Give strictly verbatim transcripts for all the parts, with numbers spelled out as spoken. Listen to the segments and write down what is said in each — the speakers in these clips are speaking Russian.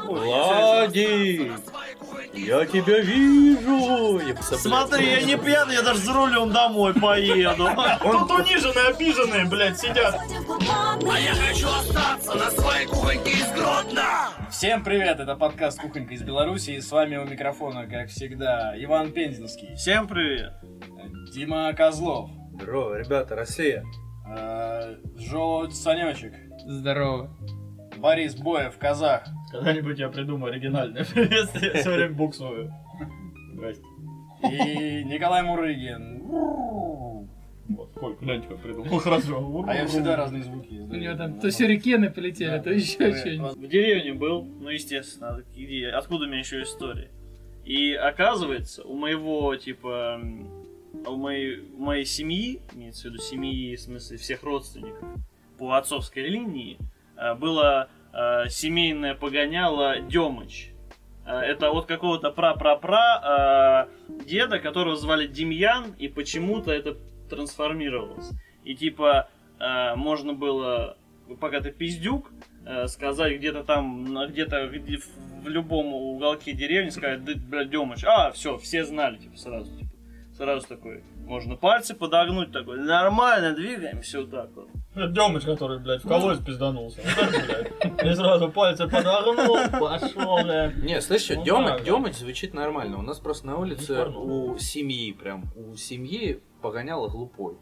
Владик, я тебя вижу. Я Смотри, я не пьяный, я даже за рулем домой поеду. Тут униженные, обиженные, блядь, сидят. А я хочу остаться на своей кухоньке из Гродно. Всем привет, это подкаст «Кухонька из Беларуси», и с вами у микрофона, как всегда, Иван Пензенский. Всем привет. Дима Козлов. Здорово, ребята, Россия. Желудь Санечек. Здорово. Борис Боев, казах. Когда-нибудь я придумаю оригинальное приветствие, я все время буксую. Здрасте. И Николай Мурыгин. Вот, сколько, гляньте, как придумал, хорошо. А я всегда разные звуки У издаю. него там то сюрикены полетели, Да. то еще что-нибудь. В деревне был, ну естественно, где, откуда у меня еще история. И оказывается, у моего, типа, у моей, у моей семьи, имеется в виду семьи, в смысле всех родственников, по отцовской линии, было э, семейное погоняло Демыч. Э, это от какого-то пра-пра-пра э, деда, которого звали Демьян, и почему-то это трансформировалось. И типа э, можно было, пока ты пиздюк, э, сказать где-то там, где-то где, в любом уголке деревни, сказать, да, блядь, Демыч. А, все, все знали, типа, сразу. Типа, сразу такой, можно пальцы подогнуть, такой, нормально, двигаемся вот так вот. Демыч, который, блядь, в колодец пизданулся. Вот так, блядь. И сразу пальцы подогнул, пошел, блядь. Не, слышишь, Ну, Демыч, да, Демыч звучит нормально. У нас просто на улице Не порно. у семьи прям, у семьи погоняло глупой.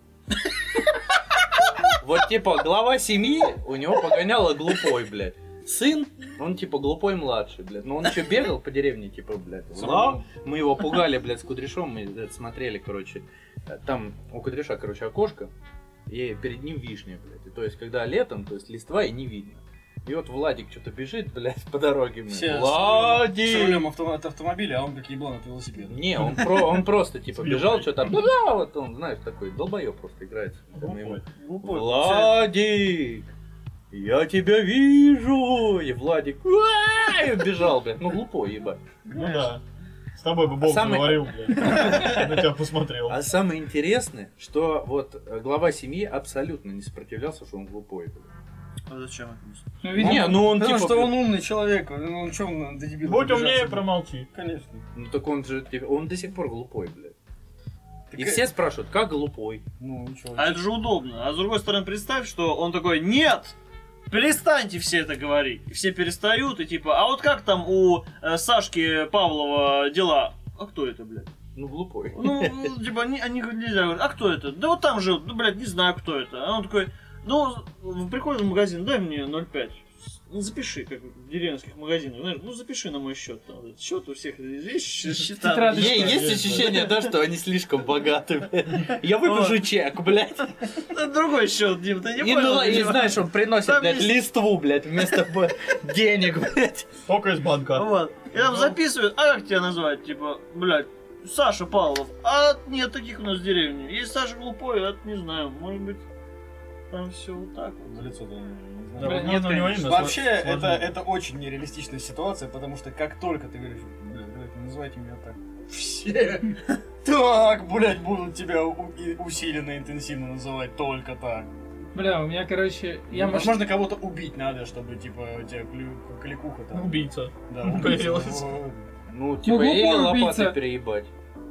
Вот типа глава семьи, у него погоняло глупой, блядь. Сын, он типа глупой младший, блядь. Но он еще бегал по деревне, типа, блядь. Лав. Мы его пугали, блядь, с Кудряшом, мы блядь, смотрели, короче. Там у Кудряша, короче, окошко, и перед ним вишня, блядь. И, то есть, когда летом, то есть листва и не видно. И вот Владик что-то бежит, блядь, по дороге. Блядь. Все Владик! с рулем авто- от автомобиля, а он как еблан от велосипеда. Не, он, про, он просто типа бежал, что-то, да, вот он, знаешь, такой долбоёб просто играет. Глупой. Глупой. Владик, я тебя вижу! И Владик «Уа!» и бежал, блядь, ну глупой, ебать. Ну да. С тобой бы Бог Самый- говорил, блядь. Я на тебя посмотрел. А самое интересное, что вот э, глава семьи абсолютно не сопротивлялся, что он глупой, блядь. А зачем это? Ну, Не, видимо, ну он Потому типа... что он умный человек, ну он что он до дебила Будь умнее, добежаться? промолчи. Конечно. Ну так он же, типа, он до сих пор глупой, блядь. И Так, все спрашивают, как глупой? Ну ничего. А это же удобно. А с другой стороны, представь, что он такой, нет! Перестаньте все это говорить. И все перестают, и типа, а вот как там у э, Сашки Павлова дела? А кто это, блядь? Ну глупой. Ну, ну, типа, они, они нельзя говорят, а кто это? Да вот там живут, ну, блядь, не знаю, кто это. А он такой, ну, приходит в магазин, дай мне ноль пять. Ну, запиши, как в деревенских магазинах, знаешь, ну, запиши на мой счет. Там, вот, счет у всех есть счета. Тетрадочка. Е- есть ощущение, да, что они слишком богаты, блядь. Я выпишу чек, блядь. Это другой счет, Дим, ты не И, понял? ну, и ничего? знаешь, он приносит, Там блядь, есть- листву, блядь, вместо б- денег, блядь. Только из банка. Вот. И там записывают, а как тебя назвать? Типа, блядь, Саша Павлов. А нет таких у нас в деревне. Есть Саша Глупой, а не знаю, может быть, там все вот так вот. На лицо-то не Да, знаю. вот нет, у него конечно. имя Вообще, сложно. это, это очень нереалистичная ситуация, потому что как только ты говоришь, блядь, давайте называйте меня так, все так, блядь, будут тебя у- и усиленно, интенсивно называть только так. бля, у меня, короче, я может... Возможно, кого-то убить надо, чтобы, типа, у тебя клю- кликуха там. Убийца. Да, появилась. убийца. Ну, типа, глупой или лопатой убийца. переебать.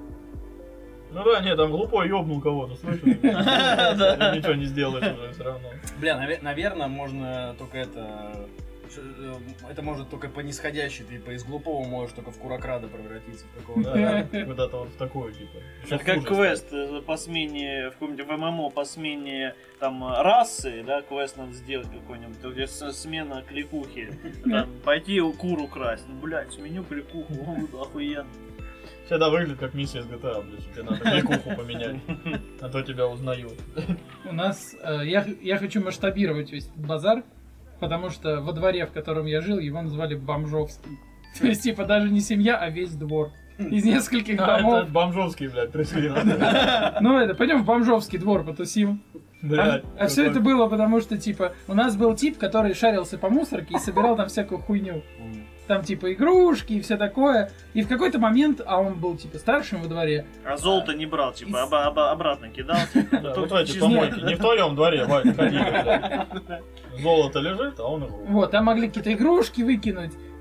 Ну да, нет, там глупой ёбнул кого-то, слышишь? Ничего не сделаешь уже все равно. Бля, наверное, можно только это... ш- э, Это может только по нисходящей, ты типа из глупого можешь только в курокрада превратиться в какого-то. Да, куда-то вот в такое, типа. Ещё Это как хуже квест э, по смене, в каком-нибудь в ММО, по смене там расы, да, квест надо сделать какой-нибудь, где с- смена кликухи. Там, пойти у куру красть. Ну, блядь, сменю кликуху, о, охуенно. Всегда выглядит как миссия с джи ти эй, блядь, что тебе надо кликуху поменять, а то тебя узнают. У нас, э, я, я хочу масштабировать весь этот базар, потому что во дворе, в котором я жил, его называли Бомжовский. То есть, типа, даже не семья, а весь двор. Из нескольких А, домов. это бомжовские, блядь, пришли. Ну это, пойдем в Бомжовский двор потусим. Блядь. А, все это было потому, что, типа, у нас был тип, который шарился по мусорке и собирал там всякую хуйню. Там, типа, игрушки и все такое. И в какой-то момент, а он был, типа, старшим во дворе. А золото не брал, типа, Из- оба- оба- обратно кидал. Типа, Да, только вот эти чисто- помойки, не в твоем дворе, Вань, ходи, блядь. Золото лежит, а он его. Вот, там могли какие-то игрушки выкинуть.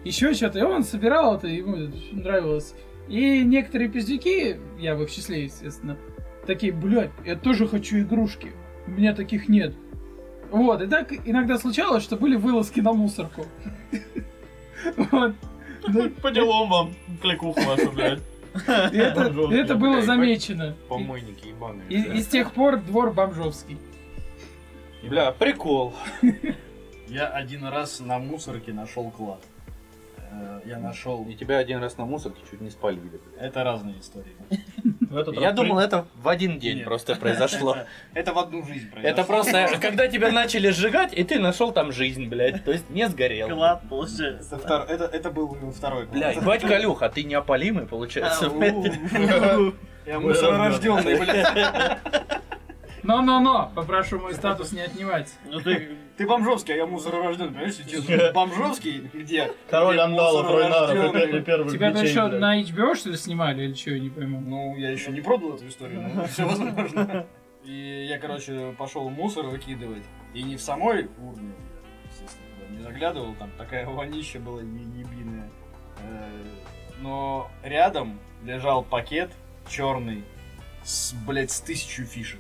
еще что-то. И он собирал это, ему это нравилось. И некоторые пиздюки, я в их числе, естественно, такие, блядь, я тоже хочу игрушки. У меня таких нет. Вот, и так иногда случалось, что были вылазки на мусорку. Вот. По делам вам, кликуху вашу, блядь. И Это это было замечено. Помойники ебаные. И и с тех пор двор бомжовский. Бля, прикол. Я один раз на мусорке нашел клад. Э, Я нашел. И тебя один раз на мусорке чуть не спалили. бля. Это разные истории. В этот Я раз думал, это в один день Нет. просто произошло. Это в одну жизнь произошло. Это просто, когда тебя начали сжигать, и ты нашел там жизнь, блядь. То есть не сгорел. Клад, получается. Это, втор- это, это был второй клад. Блядь, батька Люха, ты неопалимый, получается. А, у. Я мусоророжденный, блядь. Но-но-но, попрошу мой статус не отнимать. Ну ты... Ты бомжовский, а я мусоророжденный, понимаешь? Честно, бомжовский где? Король Где андалов, Ройнаров и мусоророжденный? пер- и первый Тебя бичей, еще блядь. на эйч би о что ли снимали или что, я не пойму. Ну, я еще не продал эту историю, но все возможно. И я, короче, пошел мусор выкидывать. И не в самой урне, естественно, туда не заглядывал, там такая вонища была е- ебиная. Э, Но рядом лежал пакет черный с, блядь, с тысячу фишек.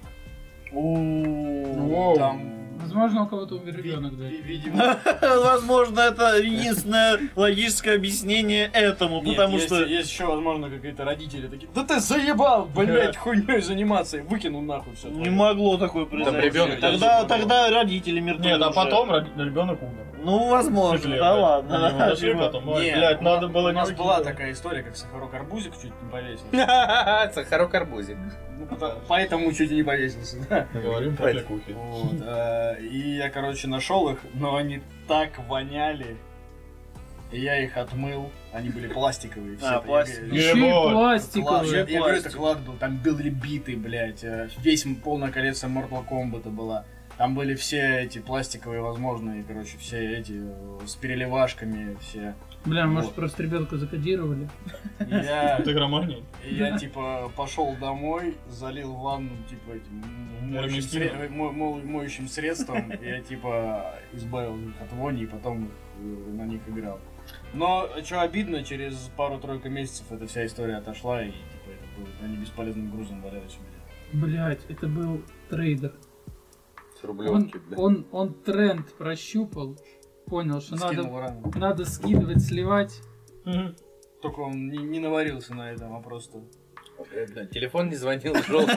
Воу. Там, Возможно, у кого-то умер ви- ребенок, да. ви- видимо, Возможно, это единственное логическое объяснение этому, Нет, потому есть, что... есть еще, возможно, какие-то родители такие, да ты заебал, блядь, хуйней заниматься, и выкинул нахуй все. Не могло такое произойти. ребенок тогда, даже- тогда родители мертвы. Нет, а уже. потом ребенок умер. Ну, возможно, Шли, да блядь. ладно. Они его да, нашли типа. потом. Ой, Не, блядь, у надо нас- было У нас не была выкидывать. такая история, как Сахарок Арбузик чуть не повесился. Сахарок арбузик. Ну, пото- Поэтому чуть не повесился, да. Говорим про кликухи. Вот, э, и я, короче, нашел их, но они так воняли. И я их отмыл. Они были пластиковые все. А, пластик. Еще и Ебать. Клад, пластиковые. я, я говорю, это пластик. клад был, там были биты, блядь, э, весь м- полная коллекция Mortal Kombat была. Там были все эти пластиковые возможные, короче, все эти э, с переливашками, все. Бля, может Вот. просто ребенка закодировали? И я, Это игромания. и я типа пошел домой, залил ванну типа этим м- моющим, Мироместиной. сре- мо- мо- моющим средством, и я типа избавил их от вони и потом э, на них играл. Но что обидно, через пару-тройку месяцев эта вся история отошла и типа это было, они бесполезным грузом валялись у меня. Блять, это был трейдер. С Он, рублевки, блядь. он, он тренд прощупал, понял, что надо, Скинул рану. надо скидывать, сливать. Только он не, не наварился на этом, а просто... Э, бля, телефон не звонил, желтый.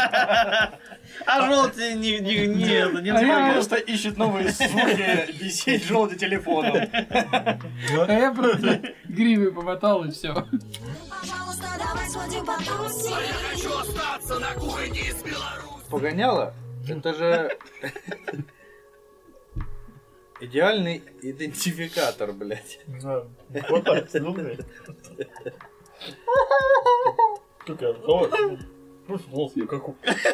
А желтый не, не, не, это, не А я- Он просто ищет новые звуки, висеть желтым телефоном. А я просто гривы помотал и все. Пожалуйста, давай сходим потусим. Хочу остаться на кухне из Беларуси. Погоняло? Это же идеальный идентификатор, блядь. Не знаю. Вот так, ну, блядь. Такая, ой, проснулся, как у...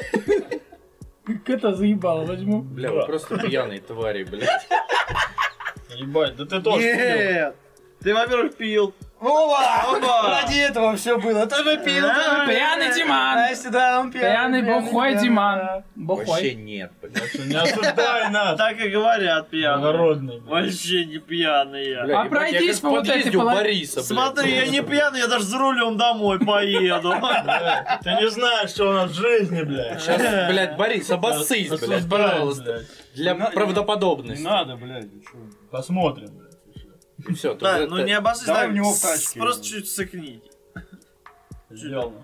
Кота заебало, возьму. Бля, вы просто пьяные твари, блядь. Ебать, да ты тоже пил. Нет! Ты, во-первых, пил. Вова! Опа! Ради этого все было. Тоже пил, тоже пил. Пьяный Диман! А сюда он Пьяный бухой пьяный. Диман. Вообще Бухой. нет, блядь. Не осуждай нас. Так и говорят пьяные. Народный. блядь. Вообще не пьяный я. Бля, А ебать, пройдись я как по в вот этой подъезде у поло- Бориса, блядь. Смотри, я не пьяный, я даже за рулем домой поеду. Блядь, Ты не знаешь, что у нас в жизни, блядь. Сейчас, блядь, Борис, обоссысь, блядь, Осуждаем, пожалуйста. блядь. Для Не на- правдоподобности. Не надо, блядь, вы чё? Посмотрим, блядь. И все, Да, ну не обоссись, Давай так, в него в с- тачке. просто чуть сыкни. Сделано.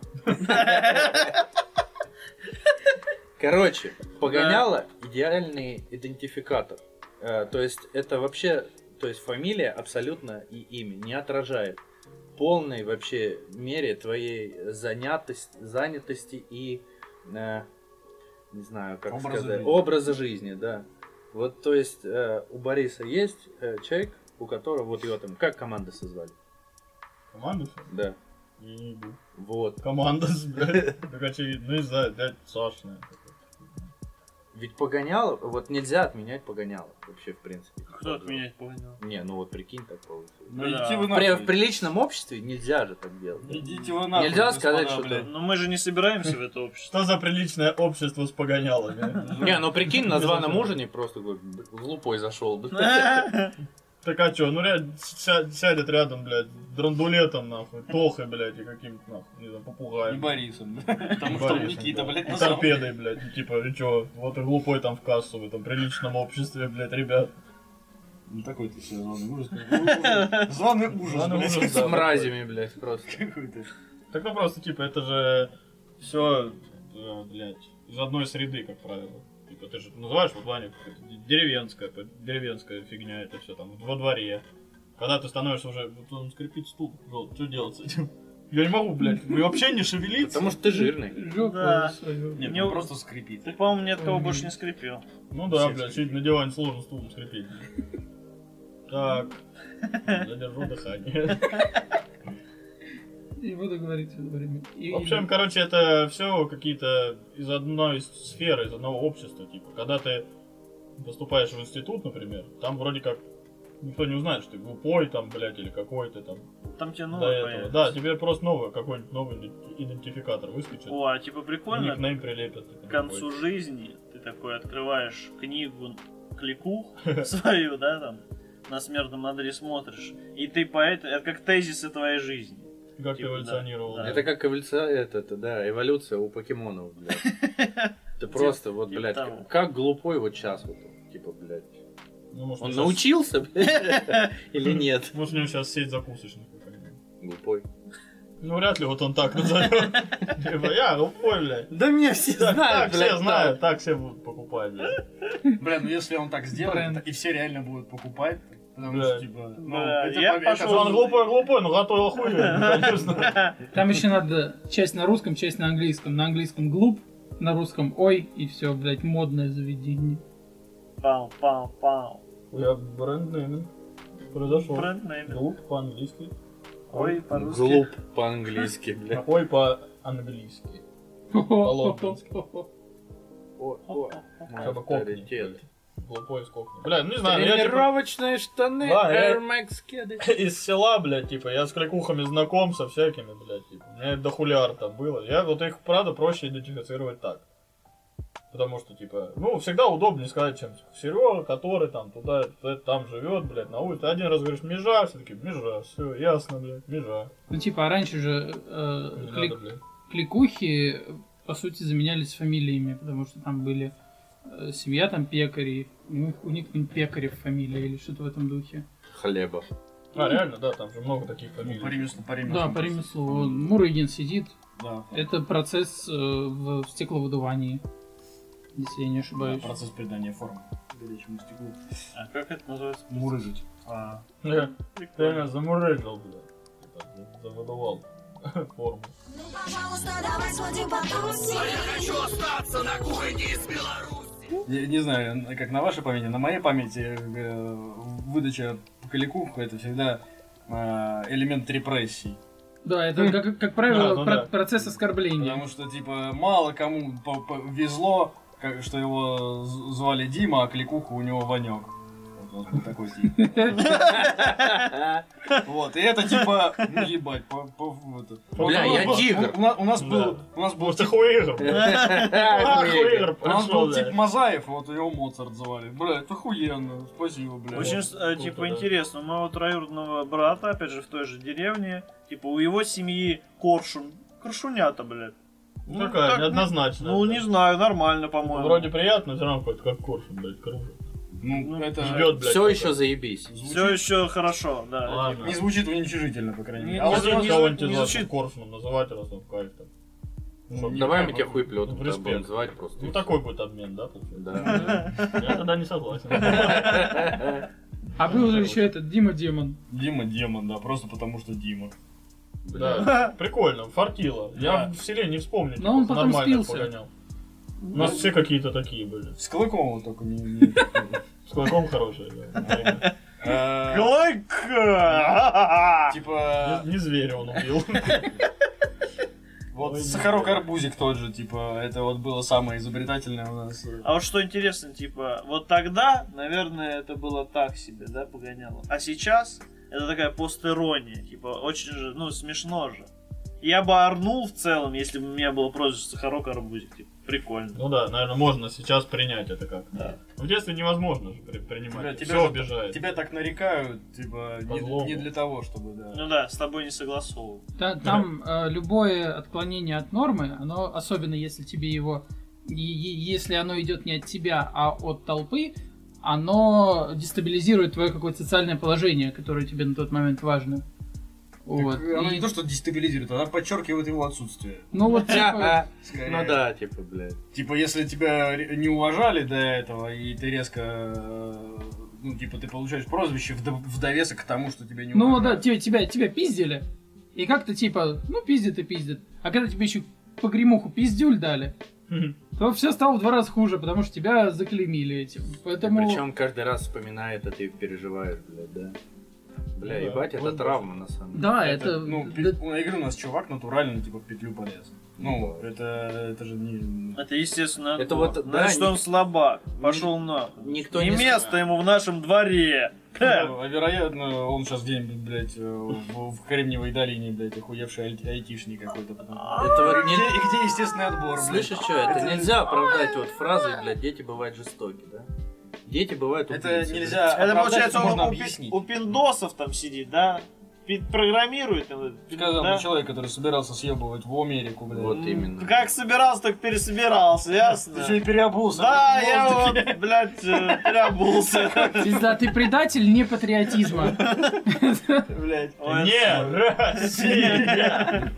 Короче, погоняло идеальный идентификатор. Э, то есть это вообще, то есть фамилия абсолютно и имя не отражает полной вообще мере твоей занятости, занятости и э, не знаю как Образа сказать жизни. образа жизни, да. Вот то есть э, у Бориса есть э, человек, у которого вот его там как команда созвали, Команда, что ли? да. Я не ебу. Вот. Команда, блядь. Так очевидно. Ну, не знаю, блядь, Сашная. Ведь погоняло, вот нельзя отменять погоняло вообще в принципе. Кто отменять понял? Не, ну вот прикинь так получилось. Ну Да. идите вы При- в нахуй. приличном обществе нельзя же так делать. Идите вы нахуй. Нельзя господа, сказать, что блядь. Но мы же не собираемся в это общество. Что за приличное общество с погонялами? Не, ну прикинь, на званом ужине просто такой в лупой зашел. Так а чё, ну ряд, ся- сядет рядом, блядь, драндулетом, нахуй, Тохой, блядь, и каким-то, нахуй, не знаю, И попугаем. Борисом, да. Потому что Борисом, Никита, да. блядь, И на самом деле. торпедой, блядь, ну, типа, и чё, вот и глупой там в кассу, в этом приличном обществе, блядь, ребят. Ну такой ты себе званый ужас. Ужас. Званый ужас, Званый блядь. ужас, С да. мразями, блядь, просто. Какой-то. Так ну просто, типа, это же все, блядь, из одной среды, как правило. Типа, ты же называешь вот Ваня, какая-то деревенская, п- деревенская фигня, это все там во дворе. Когда ты становишься уже, вот он скрипит стул, что делать с этим? Я не могу, блядь, вы вообще не шевелиться. Потому что ты жирный. Жопу Да. свою. Нет, Не- он просто скрипит. Ты, по-моему, ни от кого больше не скрипел. Ну да, Все блядь, скрипят. сидеть на диване сложно стулом скрипеть. Так, задержу дыхание. И буду говорить все время. И- В общем, короче, это все какие-то из одной сферы, из одного общества. Типа, когда ты поступаешь в институт, например, там вроде как никто не узнает, что ты глупой там, блядь, или какой ты там Там тебе до новое этого. появится. Да, тебе просто новый какой-нибудь новый иди- идентификатор выскочит. О, а типа прикольно, Никнейм прилепят. ты там к концу такой. жизни ты такой открываешь книгу клику свою, да, там, на смертном одре смотришь, и ты по это, это как тезисы твоей жизни. Как ты типа, эволюционировал. да. да. Это как эволюция, это, это, да, эволюция у покемонов, блядь. Ты просто, вот, типа блядь, того. как- как глупой вот сейчас вот, типа, блядь. Ну, может, Он сейчас- научился, блядь, или нет? Может, у него сейчас сеть закусочных какая-нибудь. Глупой. Ну, вряд ли вот он так назовет. Типа, я глупой, блядь. Да меня все Так, так знают, все блядь, знают, так все будут покупать, блядь. Бля, ну если он так сделает, Бренд. и все реально будут покупать, потому Да. что, типа, ну, Да, это я по- это пошел- Он глупой, глупой, но готовил хуй, конечно. Там еще надо часть на русском, часть на английском. На английском глуп, на русском ой, и все, блядь, модное заведение. Пау, пау, пау. Я бренд-нейминг произошел. Бренд-нейм. Глуп по-английски. Ой, по-русски. Глуп по-английски, блядь. Ой по-английски. По-лондонски. О, о, Хотя бы кокни. авторитет. Глупой скокни. Бля, ну не знаю, ну я типа Тренировочные штаны, Да, я- Air Max кеды. из села, блядь, типа, я с кликухами знаком со всякими, блядь, типа. У меня дохуляр там было. Я вот их, правда, проще идентифицировать так. Потому что, типа, ну, всегда удобнее сказать, чем Серега, который там туда, туда, там живет, блядь, на улице. Один раз говоришь, межа, все таки межа, все, ясно, блядь, межа. Ну типа, а раньше же э, Не клик- надо, блядь. кликухи, по сути, заменялись фамилиями, потому что там были э, семья там пекарей, у них, у них какой-нибудь Пекарев фамилия или что-то в этом духе. Хлеба. А, реально, да, там же много таких Ну, фамилий. по ремеслу, по ремеслу. Да, по ремеслу. Вон Мурыгин сидит. Да. Это процесс э, в стекловыдувании, если я не Да, ошибаюсь. процесс придания формы горячему стеклу. А как это называется? Мурыжить. А, Я реально замурыжил, блядь. Так, заводовал форму. Ну, пожалуйста, давай сходим потусим. А я хочу остаться на кухоньке из Беларуси. я не знаю, как на вашей памяти, на моей памяти э, выдача по кликуху это всегда э, элемент репрессий. Да, это, как, как правило, А, ну про- да. процесс оскорбления. Потому что, типа, мало кому по- повезло, как, что его з- звали Дима, а кликуха у него Ванек. Вот у нас был такой тип. Вот, и это типа, ну ебать, по, по, это. Бля, Вот у я нас- тигр. У, у нас- у нас был, Да. у нас был Может, ты тип, хуигр? Хуигр у нас пришел, был тип да. Мазаев, вот его Моцарт звали. Бля, это охуенно, спасибо, бля. Очень, Вот, э, круто, типа, да. интересно, у моего троюродного брата, опять же, в той же деревне, типа, у его семьи коршун. Коршунята, блядь. Ну, такая, так, неоднозначная. Ну, да. не знаю, нормально, по-моему. Вроде приятно, все равно какой-то как коршун, блядь, кружит. Ну, это Ждет, блядь. Все какой-то. еще заебись. Все еще хорошо, да. Ладно. не звучит уничижительно, по крайней Не- мере. не А вот звучит- у нас- не Кого-нибудь не из вас звучит. коршуном называть, раз он в кайф там. Ну, не Давай знаю, мы тебя ну, хуй плетом ну, респект. будем звать просто. Ну и такой будет обмен, да, получается? Да. Я тогда не согласен. А был же еще этот Дима Демон. Дима Демон, да, просто потому что Дима. Да, прикольно, фартило. Я Да. в селе не вспомню, Но он типа, потом нормально спился. погонял. У нас все какие-то такие были. С Клыковым только не... не- С кулаком хорошие, да. время. Э, Клык! Типа, Не не зверя он убил. вот Ой, Сахарок Арбузик тот же, типа, это вот было самое изобретательное у нас. А вот что интересно, типа, вот тогда, наверное, это было так себе, да, погоняло. А сейчас это такая постерония, типа, очень же, ну, смешно же. Я бы орнул в целом, если бы у меня было прозвище Сахарок Арбузик, типа, прикольно. Ну да, наверное, можно сейчас принять это как. Да. В детстве невозможно же при- принимать. Бля, тебя Все же- обижает. Тебя так нарекают, типа, По не, злому. не для того, чтобы, да. Ну да, с тобой не согласовывал. Та- Там э, любое отклонение от нормы, оно, особенно если тебе его, и- и- если оно идет не от тебя, а от толпы, оно дестабилизирует твое какое-то социальное положение, которое тебе на тот момент важно. Вот. Так, она И- не то, что дестабилизирует, она подчеркивает его отсутствие. Ну вот типа, Скорее. Ну да, типа, блядь. Типа, если тебя ре- не уважали до этого, и ты резко, э, ну, типа, ты получаешь прозвище в, до- в довесок к тому, что тебя не ну уважают. да, тебя, тебя, тебя пиздили, и как-то типа, ну пиздит и пиздит. А когда тебе еще погремуху пиздюль дали, то все стало в два раза хуже, потому что тебя заклеймили этим. Поэтому... Причем каждый раз вспоминает, а ты переживаешь, блядь, да. Бля, Ну да, ебать, это вот травма, на самом деле. Да, Это, это... ну, да- пи- я говорю, у нас чувак натурально, типа, в петлю полез. Ну, это, это же не... Это естественно. Это отбор. вот, да, Значит, ник- он слабак. Пошел нахуй. никто И не место ему в нашем дворе. Ха! Ну, а вероятно, он сейчас где-нибудь, блядь, э, в, в Кремниевой долине, блядь, охуевший ай- айтишник какой-то. потом. Это вот И не- где, и где естественный отбор, блядь? Слышишь, что, это нельзя оправдать вот фразой, блядь, дети бывают жестоки, да? Дети бывают Это убийцы, нельзя Это оправдать, получается, это он можно у, пи- объяснить. у пиндосов там сидит, да? Пи- Программирует. э, Сказал да? бы человек, который собирался съебывать в Америку, блядь. Вот именно. Как собирался, так пересобирался, ясно? Ты еще и переобулся. Да, блядь, в я воздухе. вот, блядь, э, переобулся. Пизда, ты предатель не патриотизма. Блядь. ой, Не, Россия!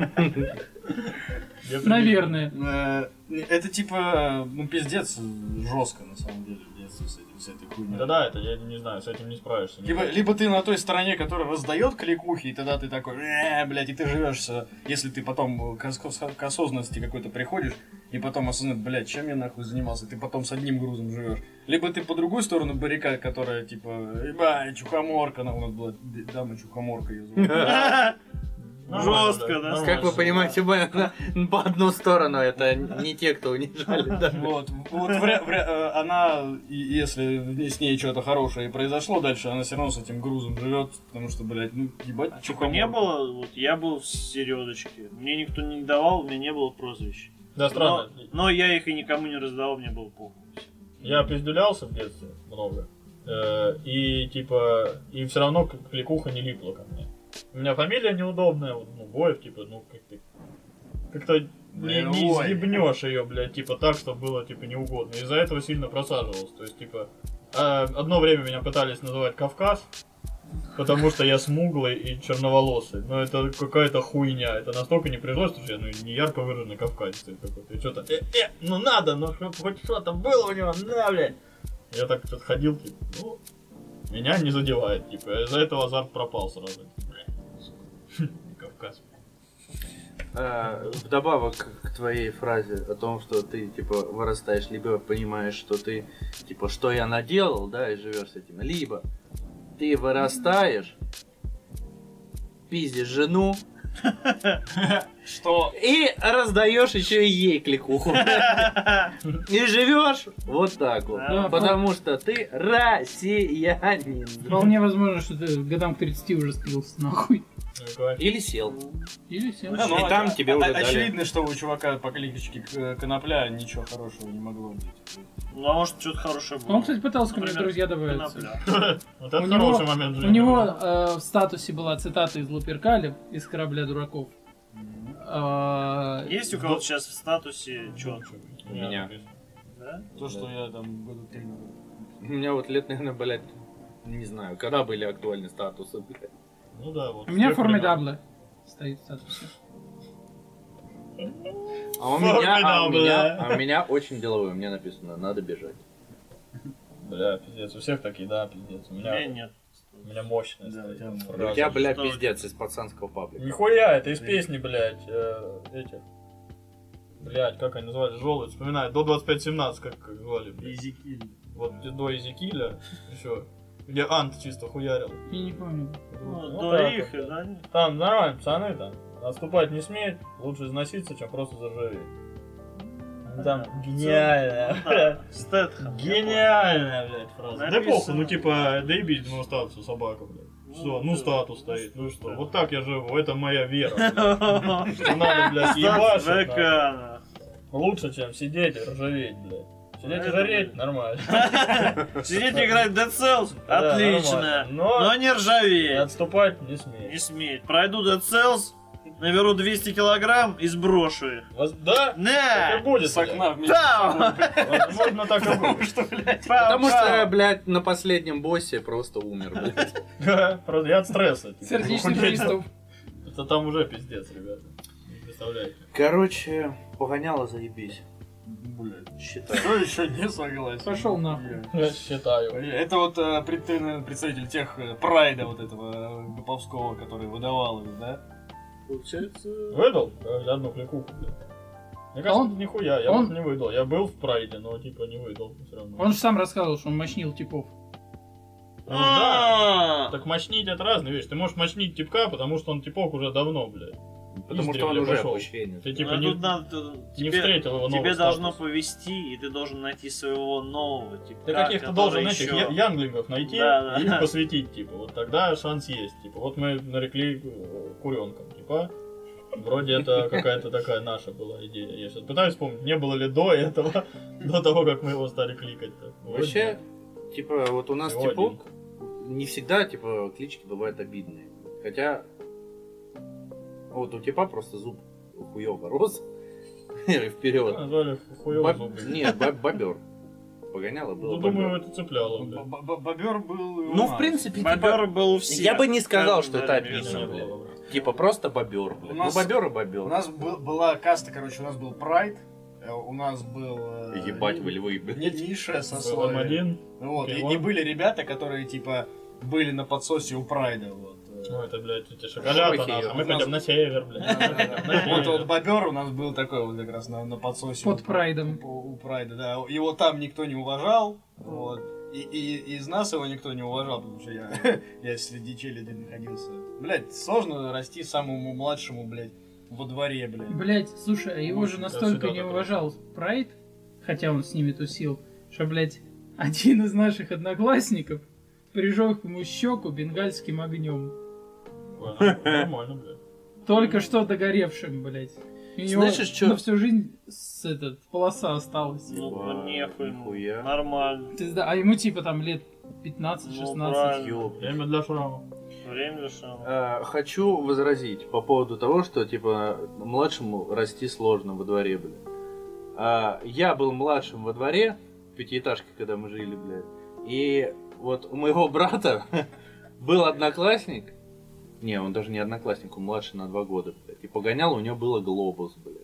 Я прям- Наверное. Э, Это типа, ну, пиздец, жестко, на самом деле, в детстве с этим, с этой хуйней. Да-да, это я не знаю, с этим не справишься. Либо, либо ты на той стороне, которая раздает кликухи, и тогда ты такой, э, блядь, и ты живешься, если ты потом к, ос- к осознанности какой-то приходишь, и потом осознаешь, блядь, чем я нахуй занимался, ты потом с одним грузом живешь. Либо ты по другую сторону баррикад, которая типа, ебать, чухоморка, она у нас была д- дама чухоморка, ее звали. Нормально, Жестко, да? нормально. Как вы понимаете, мы на- по одну сторону, это не те, кто унижали, да. Вот, вот вря- вря- э, она, и- если с ней что-то хорошее произошло дальше, она все равно с этим грузом живет, потому что, блядь, ну, ебать, Чего не было, вот я был в середочке. Мне никто не давал, у меня не было прозвищ. Да, Но, странно. но я их и никому не раздавал, мне было похуй. Я пиздюлялся в детстве много. Э, И типа, и все равно к- кликуха не липла ко мне. У меня фамилия неудобная, вот, ну, Боев, типа, ну, как ты, как-то не, не Ой. изъебнешь ее, блядь, типа, так, чтобы было, типа, неугодно. Из-за этого сильно просаживался. То есть, типа, а, одно время меня пытались называть Кавказ, потому что я смуглый и черноволосый. Но это какая-то хуйня. Это настолько не прижилось, что я, ну, не ярко выраженный кавказец какой-то. И что-то, э, э, ну надо, ну, чтоб хоть что-то было у него, на, блядь. Я так что-то ходил, типа, ну, меня не задевает, типа, из-за этого азарт пропал сразу. Бля, сука. Кавказ. А, вдобавок к твоей фразе о том, что ты, типа, вырастаешь, либо понимаешь, что ты, типа, что я наделал, да, и живешь с этим, либо ты вырастаешь, пиздишь жену, Что? и раздаешь еще и ей кликуху. И живешь вот так вот. Да. Потому что ты россиянин. Вполне возможно, что ты годам к тридцати уже спился нахуй. Ну, и говорит, Или сел. Или всем. Да, ну, И там а- тебе а- уже дали. Очевидно, что у чувака по кличке К- Конопля ничего хорошего не могло быть. Ну, а может, что-то хорошее было. Он, кстати, пытался ко мне в Например, друзья добавиться. конопля. вот это У хороший него, момент у жизни. него э, в статусе была цитата из Луперкали, из «Корабля дураков». Э, Есть у кого-то сейчас в статусе что? У меня. Да? То, что я там года три назад. У меня вот лет, наверное, блядь, не знаю, когда были актуальны статусы, блядь. Ну да, вот. У меня с тех времен. формидабле стоит в статусе. А у меня, а у Формидабля. меня, а у меня очень деловой, у меня написано, надо бежать. Бля, пиздец, у всех такие, да, пиздец. У У меня меня, нет. у меня мощная Да, стоит у тебя У фраза. тебя, бля, Что? пиздец из пацанского паблика. Нихуя, это из песни, блядь, э, этих. Блядь, как они называли? Желудь, вспоминаю, до двадцать пять семнадцать, как, как звали, блядь. Изикиль. Вот до Изикиля, еще, где Ант чисто хуярил. Я не помню. Ну, Вот до так их, вот. да? Там нормально, пацаны там. Отступать не сметь, лучше износиться, чем просто заржаветь. Там Ну гениальная, да, блядь. Стэтхэм. Гениальная, блядь, фраза. Да Написано. похуй, ну типа, доебись до статуса собака, блядь. Что, ну да. статус стоит, ну и что? Да. Вот так я живу, это моя вера, блядь. Я Что надо, блядь, понял. ебашить, Статус нахуй. ВК. Лучше, чем сидеть и ржаветь, блядь. Сидеть и жареть нормально. Сидеть и играть в Dead Cells? Да, Отлично. нормально. Но- Но не И ржаветь. отступать не Не смей. сметь. Пройду Dead Cells, наберу двести килограмм и сброшу их. Вас- Да? Так и На! будет. С окна блядь. вместе с собой. Возможно, так и будет. Что, блядь? Потому что, блядь, на последнем боссе просто умер, блядь. Да, просто я от стресса. типа, Сердечный похудеть. приступ. Это там уже пиздец, ребята. Не представляете. Короче, погоняло, заебись. Блядь. Считай. Кто еще не согласен? Пошел нахуй. Я считаю. Это вот э, пред- ты, наверное, представитель тех э, прайда вот этого э, Гоповского, который выдавал их, да? Получается... Выдал? Да, одну кликуху, блядь. Мне кажется, Он- нихуя, я он- вот не выдал. Я был в прайде, но типа не выдал все равно. Он же сам рассказывал, что он мощнил типов. Ну да. А, Так мочнить это разные вещи. Ты можешь мочнить типка, потому что он типок уже давно, блядь. Потому что издревле он уже пошел. опущение. Ты типа ну, не, тут надо- не тебе- встретил его новый Тебе статус. должно повести, и ты должен найти своего нового типа. Ты каких-то должен этих я- янглингов найти Да, и да. их посвятить, типа. Вот тогда шанс есть. Типа, вот мы нарекли э, куренком, типа. Вроде это какая-то такая наша была идея. Я сейчас пытаюсь вспомнить, не было ли до этого, до того, как мы его стали кликать-то. Вообще, типа, вот у нас Всего типок, не всегда, типа, клички бывают обидные. Хотя, вот у типа просто зуб хуёво рос. Вперед. Назвали хуёво зубы. Нет, бо- бобер. Погоняло было Ну, думаю, бобер. это цепляло, блядь. Б- б- Бобер был и у Ну, в нас. принципе, Бобер типа, был у всех. я бы не сказал, Как что бы, это да, обидно, Не блядь. было, блядь. Типа просто бобер, блядь. У Ну, нас- бобер и У бобер. нас был- была каста, короче, у нас был прайд, э, у нас был... э, Ебать ни- вы львы, блядь. ни- Ниша со Был слоем. один. Вот, и, Пивон. и были ребята, которые, типа, были на подсосе у прайда, вот. э. Ну, это, блядь, эти шоколята Шохи, нахуй. Мы у нас- пойдем на север, блядь. На Вот, север. вот бобер у нас был такой вот как раз на, на подсосе. Под у- прайдом. У, у прайда, да. Его там никто не уважал, вот. И, и из нас его никто не уважал, потому что я, я среди челяди находился. Блять, сложно расти самому младшему, блядь, во дворе, блядь. Блять, слушай, а его Может, же я настолько всегда не так уважал Прайд, хотя он с ними тусил, что, блять, один из наших одноклассников прижег ему щеку бенгальским огнем. Ой, Нормально, блядь. Только что догоревшим, блять. У него Слышишь, чё? на всю жизнь с этот, полоса осталась. Ну, Ебать, нехуй. нихуя. Нормально. Ты зда- А ему типа там лет пятнадцать-шестнадцать. Ну, правильно. Ёб. Время для шрама. Время решало. Э, Хочу возразить по поводу того, что, типа, младшему расти сложно во дворе, блядь. А, я был младшим во дворе, в пятиэтажке, когда мы жили, блядь. И вот у моего брата был одноклассник. Не, он даже не одноклассник, он младше на два года, блядь. И погонял, у него было глобус, блядь.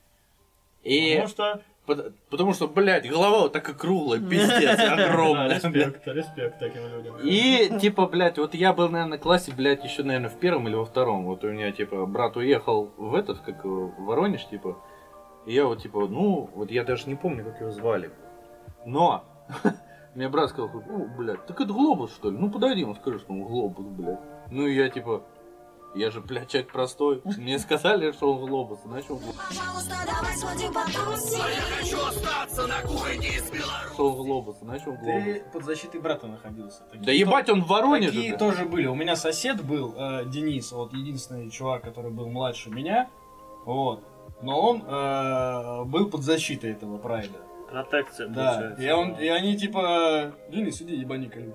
И... Потому что... пот- Потому что, блядь, голова вот такая круглая, пиздец, Да, огромная. блядь. респект, респект таким людям. И, типа, блядь, вот я был, наверное, в классе, блядь, еще, наверное, в первом или во втором. Вот у меня, типа, брат уехал в этот, как его, в Воронеж, типа. И я вот, типа, ну, вот я даже не помню, как его звали. Но, мне брат сказал, ну, блядь, так это глобус, что ли? Ну, подойди, он скажет, что он глобус, блядь. Ну, и я, типа, я же, блядь, человек простой. Мне сказали, что он глобус, иначе он глобус. Пожалуйста, давай сходим потусим. Я хочу остаться на кухоньке из Беларуси. Что он глобус, иначе он глобус. Ты под защитой брата находился. Такие Да ебать, он в Воронеже, Такие блядь. тоже были. У меня сосед был, э, Денис, вот единственный чувак, который был младше меня, вот. Но он э, был под защитой этого прайда. Протекция, Да. получается. И, он, и они типа, Денис, иди ебани колюхи.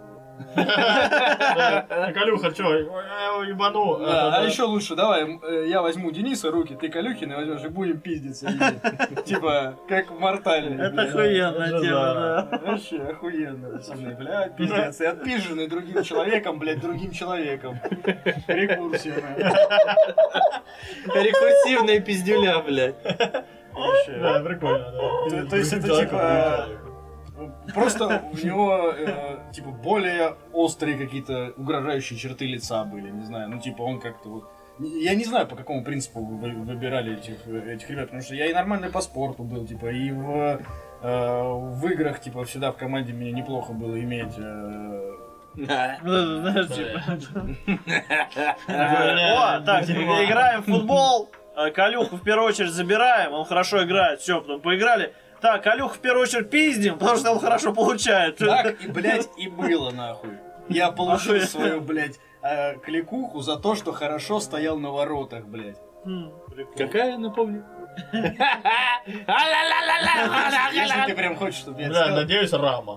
Да, Калюха, чё, я его ебану. Да, а Это- еще лучше, давай, э, я возьму Дениса руки, ты Калюхина возьмешь и будем пиздиться. И, Типа, как в Мортале. Это блядь. охуенная это тема, да. да. Вообще охуенно, пацаны, блядь, пиздец. И отпизженный другим человеком, блядь, другим человеком. Рекурсивно. Рекурсивные пиздюля, блядь. Вообще. Да, прикольно, да. То- то есть это Другим типа- человеком. Просто у него, э, типа, более острые какие-то угрожающие черты лица были, не знаю, ну, типа, он как-то вот... Я не знаю, по какому принципу вы вы выбирали этих, этих ребят, потому что я и нормально по спорту был, типа, и в, э, в играх, типа, всегда в команде мне неплохо было иметь... э, Ну, знаешь, типа... Бля, О, так, типа. играем в футбол, э, Калюху в первую очередь забираем, он хорошо играет, все, потом поиграли. Так, Калюху в первую очередь пиздим, потому что он хорошо получает. Так, и, блядь, и было, нахуй. Я получил Охуенно. свою, блядь, э, кликуху за то, что хорошо стоял на воротах, блядь. М, прикольно. Какая, напомню? Если ты прям хочешь, чтобы я это Бля, сказал. надеюсь, Рама.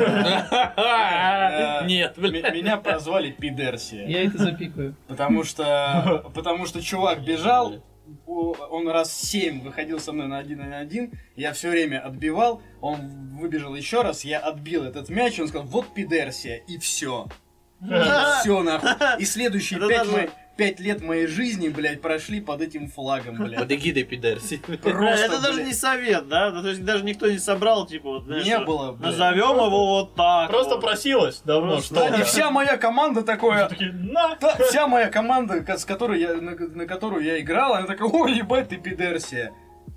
Э, Нет, м- блядь. Меня прозвали Пидерсия. Я это запикаю. Потому что, потому что чувак бежал, у- он раз семь выходил со мной на один на один, я все время отбивал, он выбежал еще раз, я отбил этот мяч, он сказал, вот Пидерсия, и все. Все нахуй. И следующие Это пять, даже- мо- пять лет моей жизни, блядь, прошли под этим флагом, блядь. Под эгидой пидерси. Просто, это даже блядь. не совет, да? Ну, то есть даже никто не собрал, типа, вот, знаешь, Не что было, блядь. назовем его вот так. Просто вот. просилось давно, Просто, что... Да, и вся моя команда такое... Такие, на! Да, вся моя команда, ко- с которой я, на, на которую я играл, она такая, ой, ебать, ты пидерсия.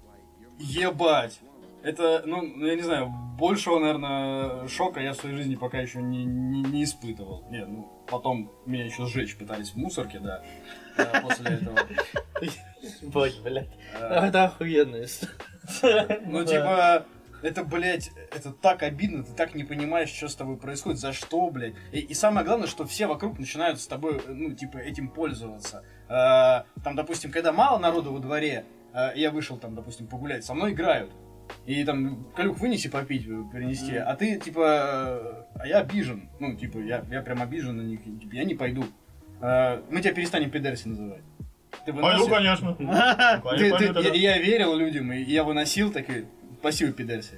Ебать. Это, ну, ну, я не знаю, большего, наверное, шока я в своей жизни пока еще не, не, не испытывал. Нет, ну, потом меня еще сжечь пытались в мусорке, да, э, после этого. Ебать, блядь. Э, Это охуенная история. Ну, типа, это, блядь, это так обидно, ты так не понимаешь, что с тобой происходит, за что, блядь. И, и самое главное, что все вокруг начинают с тобой, ну, типа, этим пользоваться. Э, там, допустим, когда мало народу во дворе, э, я вышел там, допустим, погулять, со мной играют. И там, Калюк, вынеси попить, э, принести, а ты, типа, э, а я обижен. Ну, типа, я, я прям обижен на них, и, типа, я не пойду. Э, мы тебя перестанем пидерси называть. Ты Пойду, выносишь? конечно. Ты- Пойду, ты- пойду тогда. я, я верил людям, и я выносил, так и спасибо, пидерси.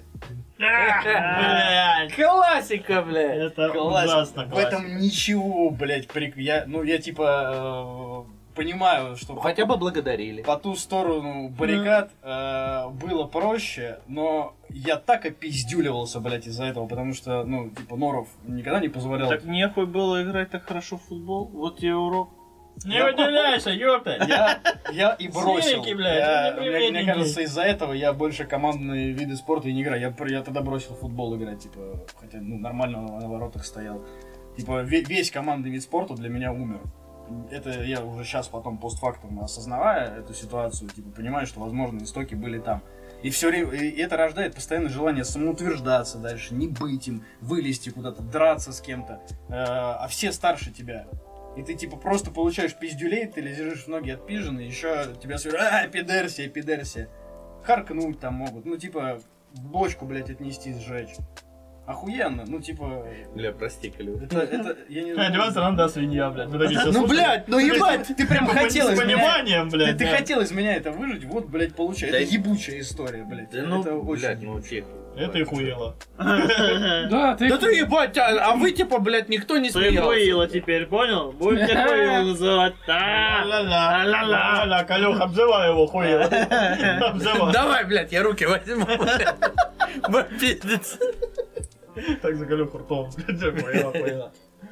Блядь. Классика, блядь. Это Классика. ужасно В классика. этом ничего, блядь, прик... я, ну, я типа э, понимаю, что Хотя по, бы благодарили. по ту сторону баррикад э, было проще, но я так опиздюливался, блядь, из-за этого, потому что, ну, типа, Норов никогда не позволял. Так нехуй было играть так хорошо в футбол. Вот тебе урок. Не выделяйся, ёпта. Я, я и бросил. Смельки, блядь, Я- это мне, неприметненький. мне кажется, из-за этого я больше командные виды спорта и не играю. Я, пр- я тогда бросил в футбол играть, типа, хотя, ну, нормально на воротах стоял. Типа, ве- весь командный вид спорта для меня умер. Это я уже сейчас потом постфактум осознавая эту ситуацию, типа, понимаю, что, возможно, истоки были там. И все время, и это рождает постоянное желание самоутверждаться дальше, не быть им, вылезти куда-то, драться с кем-то, э, а все старше тебя. И ты типа просто получаешь пиздюлей, ты лежишь в ноги отпижены, еще тебя сверху, а, пидерсия, пидерсия. Харкнуть там могут, ну типа, в бочку, блядь, отнести, сжечь. Охуенно, ну типа, Бля, прости, Калю. это, это, я не Блядь, Иван Саран, да, свинья, блядь. Вы такие, Ну, слушай, блядь, ну ебать, ты прям хотел с из меня... пониманием, Ты, блядь. ты да. хотел из меня это выжить, вот, блядь, получай. Да Это и- ебучая история, блядь. Да ну, это очень... блядь, ну тихо. Это и хуело. Да, ты... Да ты ебать, а, а вы типа, блядь, никто не Ты смеялся. хуило теперь, понял? Будете хуило называть. Да. Ла-ла-ла, ла-ла-ла, Калюх, обзывай его, хуело. Обзывай. Давай, блядь, я руки возьму, блядь. Бопиздец. Так за Калюху ртом. Хуело, хуело.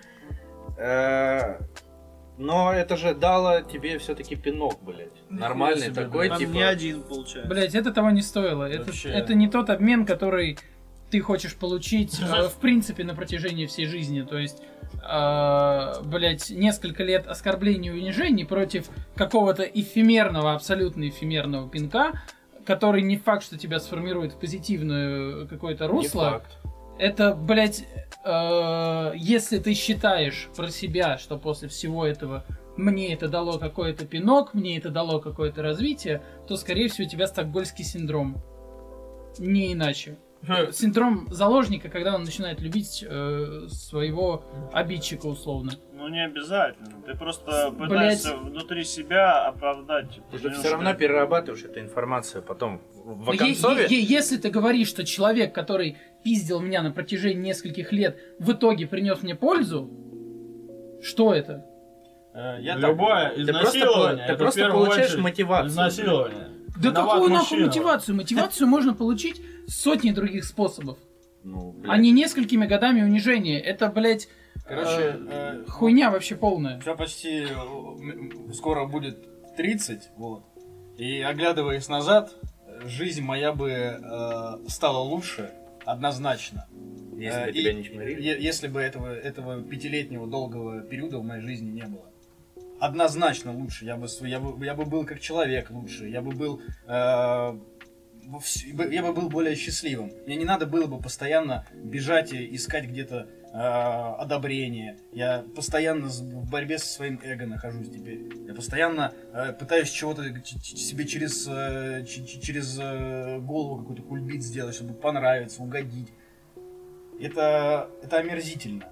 Э, Но это же дало тебе все-таки пинок, блядь. Нормальный себе, такой, Там типа. не один получается. Блять, это того не стоило. Это, Вообще. это не тот обмен, который ты хочешь получить, э, в принципе, на протяжении всей жизни. То есть, э, блять, несколько лет оскорблений и унижений против какого-то эфемерного, абсолютно эфемерного пинка, который не факт, что тебя сформирует в позитивное какое-то Не русло. факт. Это, блядь, э, если ты считаешь про себя, что после всего этого мне это дало какой-то пинок, мне это дало какое-то развитие, то, скорее всего, у тебя стокгольмский синдром. Не иначе. Синдром заложника, когда он начинает любить э, своего обидчика, условно. Ну не обязательно. Ты просто Блядь. пытаешься внутри себя оправдать. Ты же все равно перерабатываешь эту информацию потом в Но е- оконцове. е- е- если ты говоришь, что человек, который пиздил меня на протяжении нескольких лет, в итоге принес мне пользу, что это? Э, Я так- Любое Ты просто, изнасилование. ты это в просто первую получаешь очередь мотивацию. Изнасилование. Да Виноват какую нахуй мужчина. мотивацию? Мотивацию можно получить сотней других способов, Ну, блядь. а не несколькими годами унижения. Это, блядь, Короче, э, хуйня вообще полная. я почти э, м, скоро будет тридцать, вот. И оглядываясь назад, э, жизнь моя бы э, стала лучше, однозначно. Если Э, бы и- тебя не чморили. е- Если бы этого, этого пятилетнего долгого периода в моей жизни не было. Однозначно лучше. Я бы, св- я бы, я бы был как человек лучше. Я бы был... э, во вс- бы- я бы был более счастливым. Мне не надо было бы постоянно бежать и искать где-то э, одобрение. Я постоянно в борьбе со своим эго нахожусь теперь. Я постоянно э, пытаюсь чего-то себе через, э, через э, голову какой-то кульбит сделать, чтобы понравиться, угодить. Это, это омерзительно.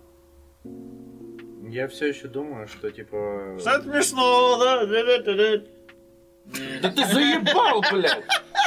Я все еще думаю, что типа... Что это смешно, да? Да ты заебал, блядь!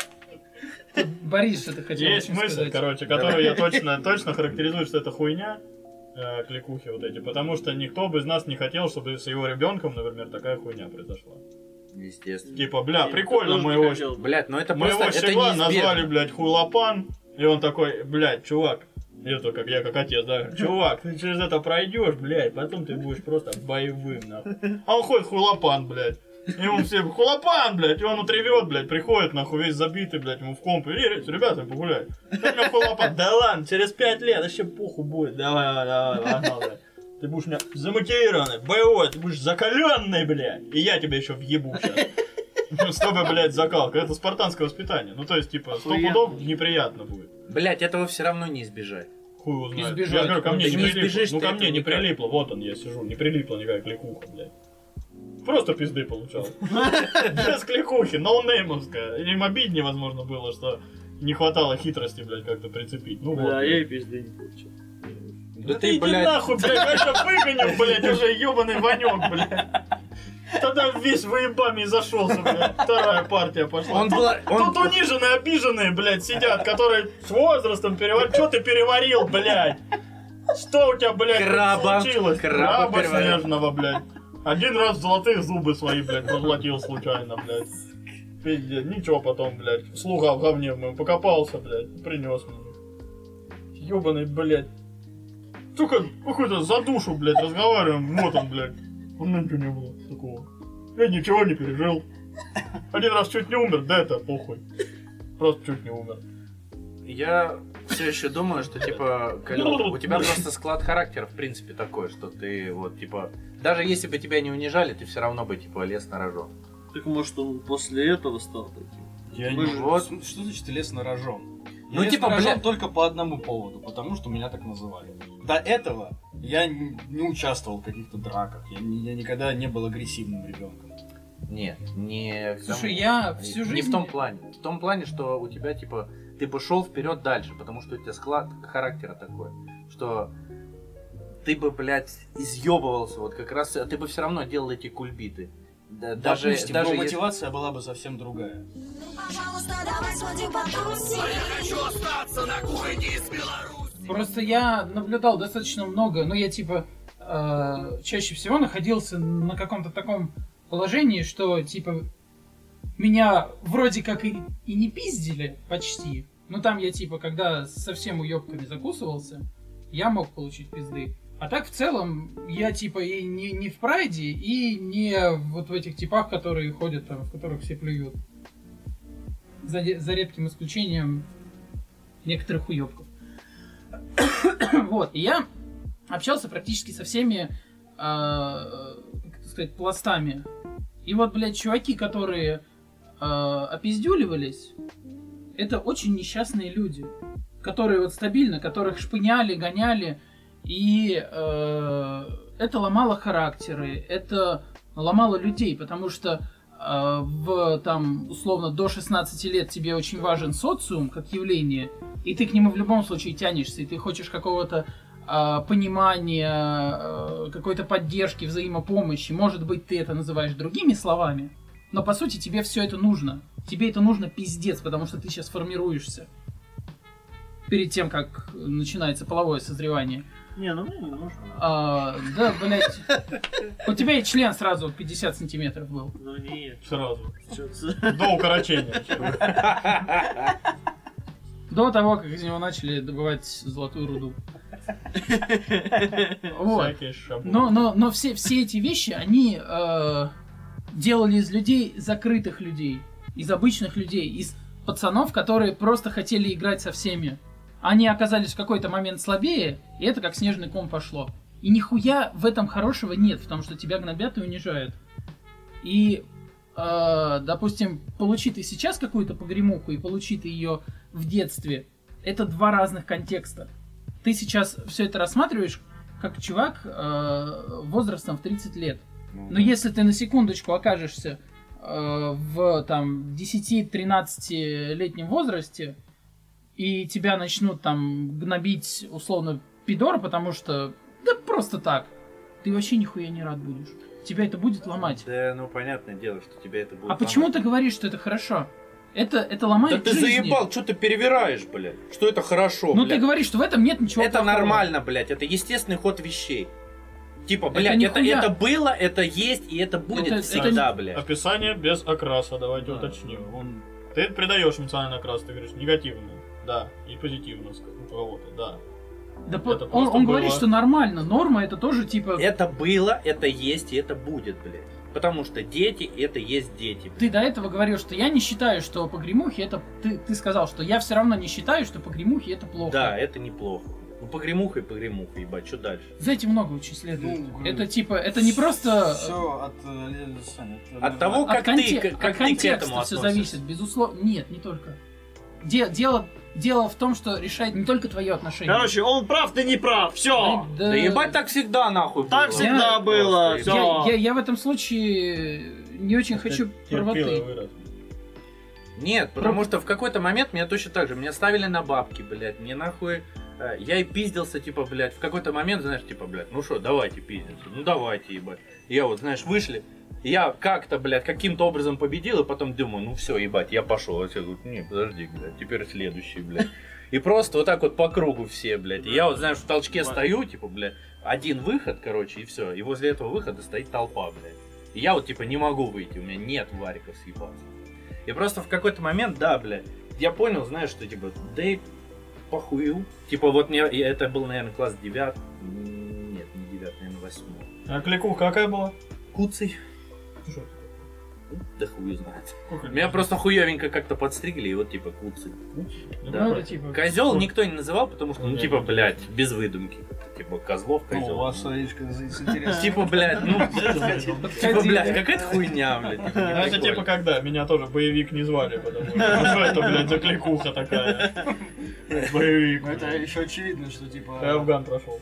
Борис, что ты хотел Есть очень мысль, сказать. короче, которую я точно, точно характеризую, что это хуйня, э, кликухи вот эти, потому что никто бы из нас не хотел, чтобы с его ребенком, например, такая хуйня произошла. Естественно. Типа, бля, И прикольно, никто мы тоже не его, хотел. Блядь, ну это мы просто... его Это щегла неизбежно. назвали, блядь, хуйлопан, и он такой, блядь, чувак, это как я как отец, да, чувак, ты через это пройдешь, блядь, потом ты будешь просто боевым, нахуй. А он ходит хуйлопан, блядь. Ему все, хулапан, блядь, и он утревет, блядь, приходит, нахуй, весь забитый, блядь, ему в комп, и, ребята, погуляй. Хулапан, да ладно, через пять лет вообще похуй будет, давай, давай, давай, погнал, блядь. Ты будешь у меня замотивированный, боевой, ты будешь закаленный, блядь, и я тебя еще въебу сейчас. Чтобы, блядь, закалка, это спартанское воспитание, ну то есть, типа, сто пудов неприятно будет. Блядь, этого все равно не избежать. Хуй его знает. Избежать. Я говорю, ко мне Ты не не прилипло, избежишь, ну ты ко этого мне не никак. прилипло, вот он, я сижу, не прилипла никакая кликуха, блядь. Просто пизды получал. Без кликухи, ноунеймовская. Им обиднее, возможно, было, что не хватало хитрости, блядь, как-то прицепить. Ну вот. Да, я и пизды не получил. Да Ты ты, иди блядь... нахуй, блядь, я сейчас выгоню, блядь, уже ебаный Ванек, блядь. Тогда весь выебами и зашелся, блядь. Вторая партия пошла. Он был... Он... Тут униженные, обиженные, блядь, сидят, которые с возрастом переварили. Что ты переварил, блядь? Что у тебя, блядь, Краба. случилось? Краба Краба переварил. снежного, блядь. Один раз золотые зубы свои, блядь, позлотил случайно, блядь. Пиздец, ничего потом, блядь. Слуга в говне моем покопался, блядь, принес мне. Ёбаный, блядь. Сука, какой-то за душу, блядь, разговариваем, вот он, блядь. У меня ничего не было такого. Я ничего не пережил. Один раз чуть не умер, да это похуй. Просто чуть не умер. Я все еще думаю, что, типа, Калёв, у тебя просто склад характера, в принципе, такой, что ты, вот, типа, даже если бы тебя не унижали, ты все равно бы, типа, лез на рожон. Так может он после этого стал таким? Я Вы не... же- Вот. Что значит лес на рожон? Я Ну, лез типа, на рожон блядь. только по одному поводу, потому что меня так называли. До этого я не не участвовал в каких-то драках, я, не- я никогда не был агрессивным ребенком. Нет, не... к Слушай, тому. я всю Не жизнь... в том плане. В том плане, что у тебя, типа, ты бы шел вперед дальше, потому что у тебя склад характера такой, что ты бы, блядь, изъебывался, вот как раз, ты бы все равно делал эти кульбиты. Да, даже, Допустим, даже но если- мотивация была бы совсем другая. Пожалуйста, давай сходим потусим. Я хочу остаться на кухне из Беларуси. Просто я наблюдал достаточно много, ну я типа э, чаще всего находился на каком-то таком положении, что типа меня вроде как и, и не пиздили почти, но там я типа когда совсем уёбками закусывался, я мог получить пизды. А так в целом я типа и не, не в прайде, и не вот в этих типах, которые ходят там, в которых все плюют. За, за редким исключением некоторых уёбков. Вот, и я общался практически со всеми, э, как это сказать, пластами. И вот, блядь, чуваки, которые э, опиздюливались, это очень несчастные люди, которые вот стабильно, которых шпыняли, гоняли, и э, это ломало характеры, это ломало людей, потому что э, в, там, условно, до шестнадцати лет тебе очень важен социум как явление, и ты к нему в любом случае тянешься, и ты хочешь какого-то э, понимания, э, какой-то поддержки, взаимопомощи. Может быть, ты это называешь другими словами, но по сути тебе все это нужно. Тебе это нужно пиздец, потому что ты сейчас формируешься перед тем, как начинается половое созревание. Не, ну мне не нужно. А, да, блять. У тебя и член сразу пятьдесят сантиметров был. Ну нет. Сразу. Чё-то- До укорочения. До того, как из него начали добывать золотую руду. Вот. Всякие шабуны. Но, но, но все, все эти вещи, они э, делали из людей закрытых людей, из обычных людей, из пацанов, которые просто хотели играть со всеми. Они оказались в какой-то момент слабее, и это как снежный ком пошло. И нихуя в этом хорошего нет, потому что тебя гнобят и унижают. И, э, допустим, получи ты сейчас какую-то погремуху и получи ты ее в детстве, это два разных контекста. Ты сейчас все это рассматриваешь как чувак э, возрастом в тридцать лет. Но если ты на секундочку окажешься э, в там десять-тринадцатилетнем возрасте, и тебя начнут там гнобить условно пидора, потому что да просто так, ты вообще нихуя не рад будешь. Тебя это будет ломать. Да, ну понятное дело, что тебя это будет А почему ты говоришь, что это хорошо? Это, это ломает Да ты жизни. заебал, что ты перевираешь, блядь? Что это хорошо, Ну блядь? ты говоришь, что в этом нет ничего Это плохого. нормально, блядь, это естественный ход вещей. Типа, Это блядь, это, нихуя. это было, это есть и это будет Это- всегда, это- блядь. Описание без окраса, давайте Да. уточним. Он... Ты придаешь эмоциональный окрас, ты говоришь негативно, да, и позитивно у кого-то, да. Да Это по- он просто он было. говорит, что нормально. Норма это тоже типа... Это было, это есть и это будет, блядь. Потому что дети это есть дети. блядь. Ты до этого говорил, что я не считаю, что погремухи это... Ты, ты сказал, что я все равно не считаю, что погремухи это плохо. Да, это неплохо. Ну погремуха и погремуха, ебать, что дальше? За этим много очень следует. Ну, это типа, это не просто... Все от, э, Саня, От того, От, как ты, конте- как, от как ты к контекста этому все относишься. зависит, безусловно. Нет, не только. Де- дело, дело в том, что решает не только твое отношение. Короче, он прав, ты не прав, все. Да, Да ебать, так всегда нахуй было. Так всегда Я- было, Просто, всё. я, я, я в этом случае не очень хочу Терпила правоты. вырос. Нет, потому что в какой-то момент меня точно так же, меня ставили на бабки, блядь, мне нахуй, э, я и пиздился, типа, блядь, в какой-то момент, знаешь, типа, блядь, ну что, давайте пиздимся, ну давайте, ебать. И я вот, знаешь, вышли, я как-то, блядь, каким-то образом победил, и потом думаю, ну все, ебать, я пошел. А все говорят, не, подожди, блядь, теперь следующий, блядь. И просто вот так вот по кругу все, блядь. И я вот, знаешь, в толчке стою, типа, блядь, один выход, короче, и все. И возле этого выхода стоит толпа, блядь. И я вот, типа, не могу выйти, у меня нет вариков съебаться. И просто в какой-то момент, да, блядь, я понял, знаешь, что, типа, да и похую. Типа, вот мне, и это был, наверное, класс девятый, нет, не девятый, наверное, восьмой. А кликуха какая была? Куцый. Что? Да хуй знает. Сколько Меня лет? просто хуевенько как-то подстригли, и вот, типа, куцый. Ну, Да. Ну, это типа... Козел никто не называл, потому что, ну, Нет, типа, нет. блядь, без выдумки. Типа, Козлов, Ну, козел. у вас речка интересная. Типа, блядь, ну, типа, блядь, какая-то хуйня, блядь. типа, не Ну, это прикольно. типа когда меня тоже боевик не звали, потому что ну, что это, блядь, за кликуха такая? Боевик. Ну, это еще очевидно, что Я типа... Афган прошел.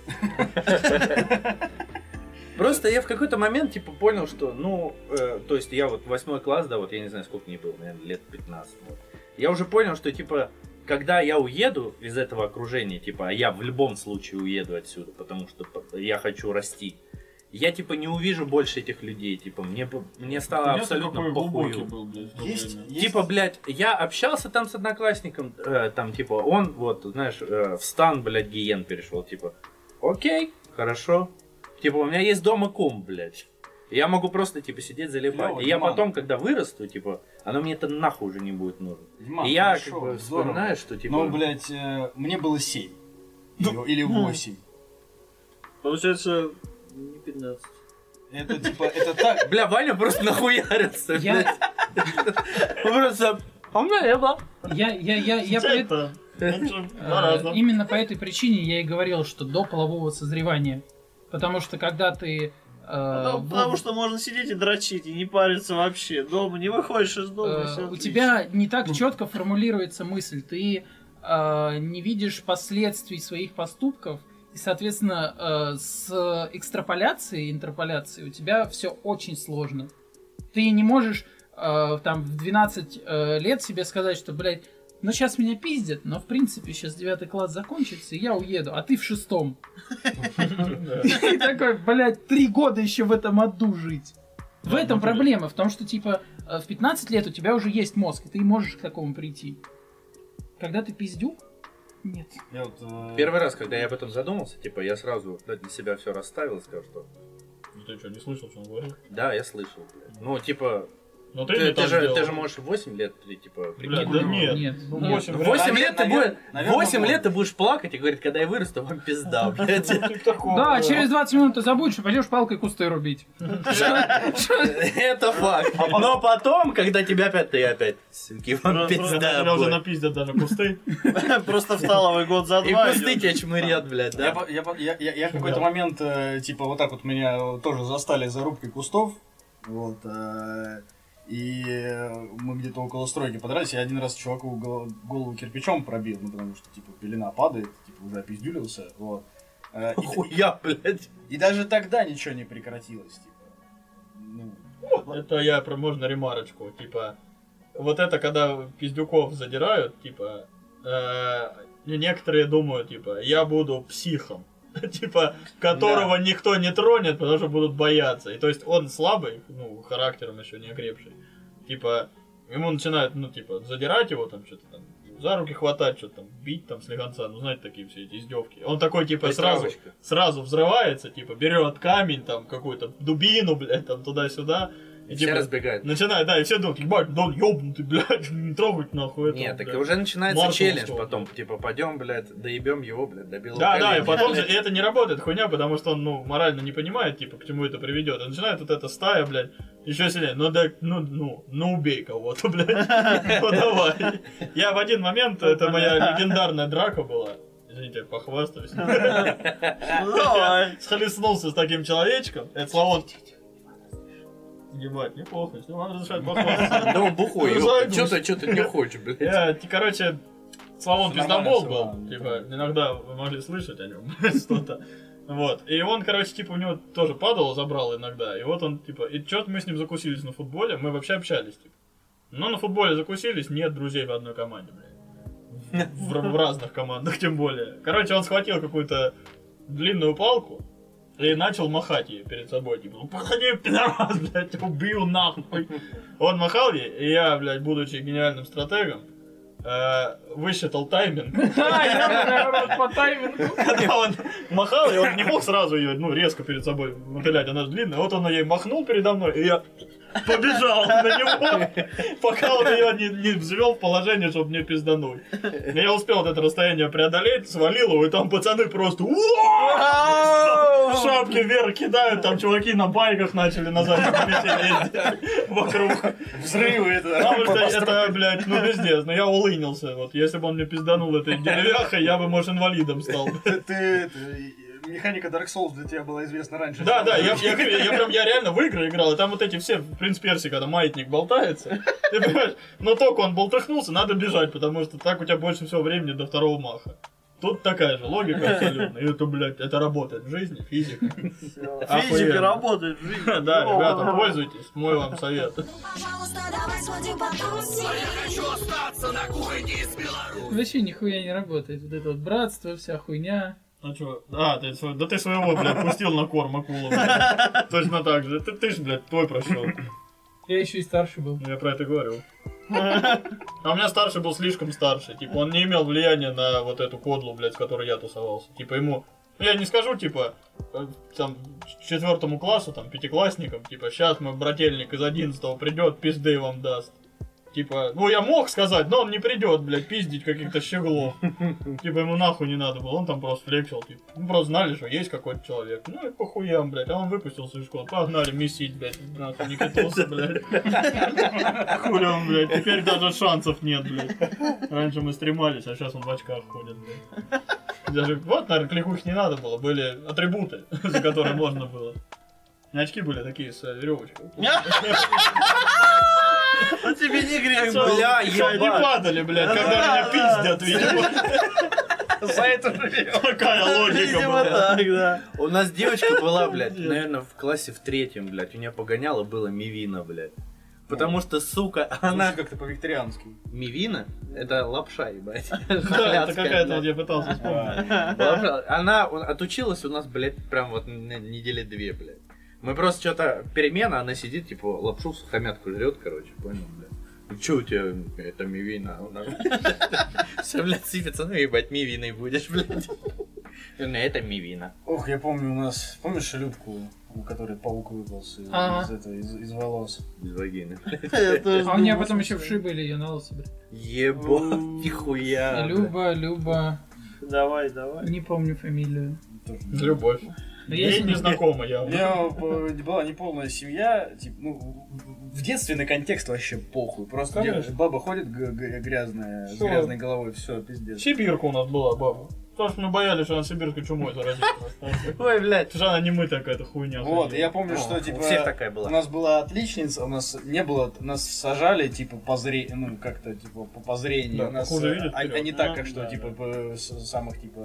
Просто я в какой-то момент, типа, понял, что, ну, э, то есть я вот восьмой класс, да, вот я не знаю, сколько мне было, наверное, лет пятнадцать. Вот. Я уже понял, что, типа, когда я уеду из этого окружения, типа, а я в любом случае уеду отсюда, потому что я хочу расти, я, типа, не увижу больше этих людей, типа, мне, бы- мне стало абсолютно похуй. был, блядь, в то Есть, время. есть- Типа, блядь, я общался там с одноклассником, э, там, типа, он, вот, знаешь, э, в стан, блядь, гиен перешел, типа, окей, хорошо. Типа, у меня есть дома комп, блядь. И я могу просто, типа, сидеть залипать. Клёво, и я Диман. потом, когда вырасту, типа, оно мне это нахуй уже не будет нужно. Диман, и я, хорошо, как бы, здорово. вспоминаю, что, типа... Ну, блядь, э, мне было семь. Или, или восемь. Получается, не пятнадцать. Это типа, это так. Бля, Ваня просто нахуярится, Я, блядь. Он просто... А у меня не было. я, я, я, я по эт- Это, это же э, по-разному. именно по этой причине я и говорил, что до полового созревания. Потому что когда ты... э, Потому, в- потому что можно сидеть и дрочить, и не париться вообще. Дома не выходишь из дома, и э, всё у отлично. тебя не так четко формулируется мысль. Ты э, не видишь последствий своих поступков. И, соответственно, э, с экстраполяцией, интерполяцией у тебя все очень сложно. Ты не можешь э, там в двенадцать э, лет себе сказать, что, блядь, ну сейчас меня пиздят, но в принципе сейчас девятый класс закончится, и я уеду, а ты в шестом. И такой, блядь, три года еще в этом аду жить. В этом проблема, в том, что, типа, э, в пятнадцать лет у тебя уже есть мозг, и ты можешь к такому прийти. Когда ты пиздюк, нет. Я вот, э, Первый раз, когда я об этом задумался, типа, я сразу для себя все расставил и сказал, что Ты что, не слышал, что он говорил? да, я слышал, блядь. Ну, типа, Ну ты, ты, не ты так же, сделал. ты же можешь в восемь лет, ты, типа, Бля, прикинь. да нет. Нет. Ну, Нет. восемь В лет. восемь Навер- лет ты навер- будешь, наверное, восемь можно. лет ты будешь плакать и говорить, когда я вырасту, вам пизда, блядь. Такого, Да, через двадцать минут ты забудешь и пойдешь палкой кусты рубить. Это факт. Но потом, когда тебя опять, ты опять, суки, вам Про- про- пизда Тебя уже будет. напиздят даже кусты. Просто всталовый год за И два. кусты идёт. тебя чмырят, блядь, Я, да? по- я, по- я, я, я в какой-то момент, э, типа, вот так вот меня тоже застали за рубкой кустов. Вот. э, и э, мы где-то около стройки подрались. Я один раз чуваку гол- голову кирпичом пробил, ну потому что, типа, пелена падает, типа, уже опиздюлился. Вот. Э, и- Хуя, блядь. И даже тогда ничего не прекратилось, типа. Ну, Это я про можно ремарочку, типа, вот это когда пиздюков задирают, типа, э, некоторые думают, типа, я буду психом, типа, которого никто не тронет, потому что будут бояться. И то есть он слабый, ну, характером еще не окрепший, типа, ему начинают, ну, типа, задирать его, там, что-то там, за руки хватать, что-то там, бить там слегонца, ну, знаете, такие все эти издевки. Он такой, типа, сразу, сразу взрывается, типа, берет камень, там, какую-то дубину, блядь, там, туда-сюда. И типа, все разбегают. начинает, да, и все думают, ебать, да он ёбнутый, блядь, не трогать нахуй этого, Нет, так блядь. уже начинается Маршал челлендж устал, потом, типа, пойдем, блядь, доебем его, блядь, до белого Да, да, коленя. и потом же, и это не работает хуйня, потому что он, ну, морально не понимает, типа, к чему это приведет. И начинает вот эта стая, блядь, еще сильнее, ну, да, ну, ну, ну, убей кого-то, блядь, ну, давай. Я в один момент, это моя легендарная драка была, извините, похвастаюсь. Я схлестнулся с таким человечком, это Славон. Ебать, неплохо, если вам разрешают похвастаться. Да он бухой, Ну, ёпта, зайду. чё ты, чё ты не хочешь, блядь? Я, т- короче, Славон Нормально пиздобол всё, был, ладно. типа, иногда вы могли слышать о нем что-то. Вот, и он, короче, типа, у него тоже падал, забрал иногда, и вот он, типа, и чё-то мы с ним закусились на футболе, мы вообще общались, типа. Но на футболе закусились, нет друзей в одной команде, блядь. В, в разных командах, тем более. Короче, он схватил какую-то длинную палку и начал махать ей перед собой, типа, ну подходи, пидорас, блядь, убью нахуй. Он махал ей, и я, блядь, будучи гениальным стратегом, э, высчитал тайминг. А, я народ по таймингу. Когда он махал, и он не мог сразу ее, ну, резко перед собой мотылять, она же длинная. Вот он ей махнул передо мной, и я побежал на него, пока он ее не, не взвел в положение, чтобы мне пиздануть. И я успел вот это расстояние преодолеть, свалил его, и там пацаны просто «Уа!» шапки вверх кидают, там чуваки на байках начали на заднем колесе ездить вокруг. взрывы это. Потому что это, блядь, ну пиздец, но я улынился. Вот если бы он мне пизданул этой деревяхой, я бы, может, инвалидом стал. Ты, ты- механика Dark Souls для тебя была известна раньше. Да, да, я, я, я, я прям, я реально в игры играл, и там вот эти все, принц Перси, когда маятник болтается, ты понимаешь, но только он болтыхнулся, надо бежать, потому что так у тебя больше всего времени до второго маха. Тут такая же логика абсолютно, и это, блядь, это работает в жизни, физика. Физика Охуенно. работает в жизни. Да, ребята, пользуйтесь, мой вам совет. Пожалуйста, давай сходим потусим. Хочу остаться на кухоньке из Беларуси. Вообще нихуя не работает. Вот это вот братство, вся хуйня. А чё? А, ты, сво- да ты своего, блядь, пустил на корм акулу, блядь. Точно так же. Ты, ты ж, блядь, твой прошел. Я еще и старше был. Я про это говорю. А у меня старший был слишком старший. Типа, он не имел влияния на вот эту кодлу, блядь, с которой я тусовался. Типа, ему... Ну, я не скажу, типа, э, там, четвертому классу, там, пятиклассникам, типа, сейчас мой брательник из одиннадцатого придет, пизды вам даст. Типа, ну я мог сказать, но он не придет, блядь, пиздить каких-то щеглов. Типа ему нахуй не надо было, он там просто флексил, типа. Мы просто знали, что есть какой-то человек. Ну и похуям, блядь, а он выпустился из школы. Погнали месить, блядь, нахуй, Никитоса, блядь. Хули он, блядь, теперь даже шансов нет, блядь. Раньше мы стремались, а сейчас он в очках ходит, блядь. Даже, вот, наверное, кликухи не надо было, были атрибуты, за которые можно было. И очки были такие с веревочкой. А тебе не грех Бля, был. ебать. Не падали, блядь, когда меня пиздят, видимо. За это же Такая логика Видимо, была. так, да. У нас девочка была, блядь, наверное, в классе в третьем, блядь. У нее погоняло было Мивина, блядь. Потому что, сука, Она она... как-то по-викториански. Мивина? Это лапша, ебать. Да, это какая-то вот я пытался вспомнить. Лапша. Она отучилась у нас, блядь, прям вот на недели две, блядь. Мы просто что-то перемена, она сидит, типа, лапшу сухомятку жрет, короче, понял, блядь. Ну чё у тебя, это мивина? Все, блядь, сыпется, ну ебать, мивиной будешь, блядь. Ну это мивина. Ох, я помню у нас, помнишь шелюдку, у которой паук выполз из, Ага. из этого, из, из волос? Без вагины. А у меня потом еще вши были, ее на лысо, блядь. Ебать, нихуя. Люба, Люба, Давай, давай. не помню фамилию. Тоже. Любовь. Я Ей себе- не знакома У я. меня э, была неполная семья, типа, ну, в детстве на контекст вообще похуй. Просто Конечно. девушка- баба ходит г- г- грязная, с Всё. грязной головой, все, пиздец. Сибирка у нас была, баба. Потому что мы боялись, что она сибирской чумой заразится. Ой, блядь. Потому что она не мытая какая-то хуйня. Вот, ходила. я помню, Ну, что у типа всех такая у была. нас была отличница, у нас не было, нас сажали типа по зрению, ну как-то типа по, по зрению. Да, у нас, похуже э, видят а, а вперед. не так, Ну, как что да, типа по- с- самых типа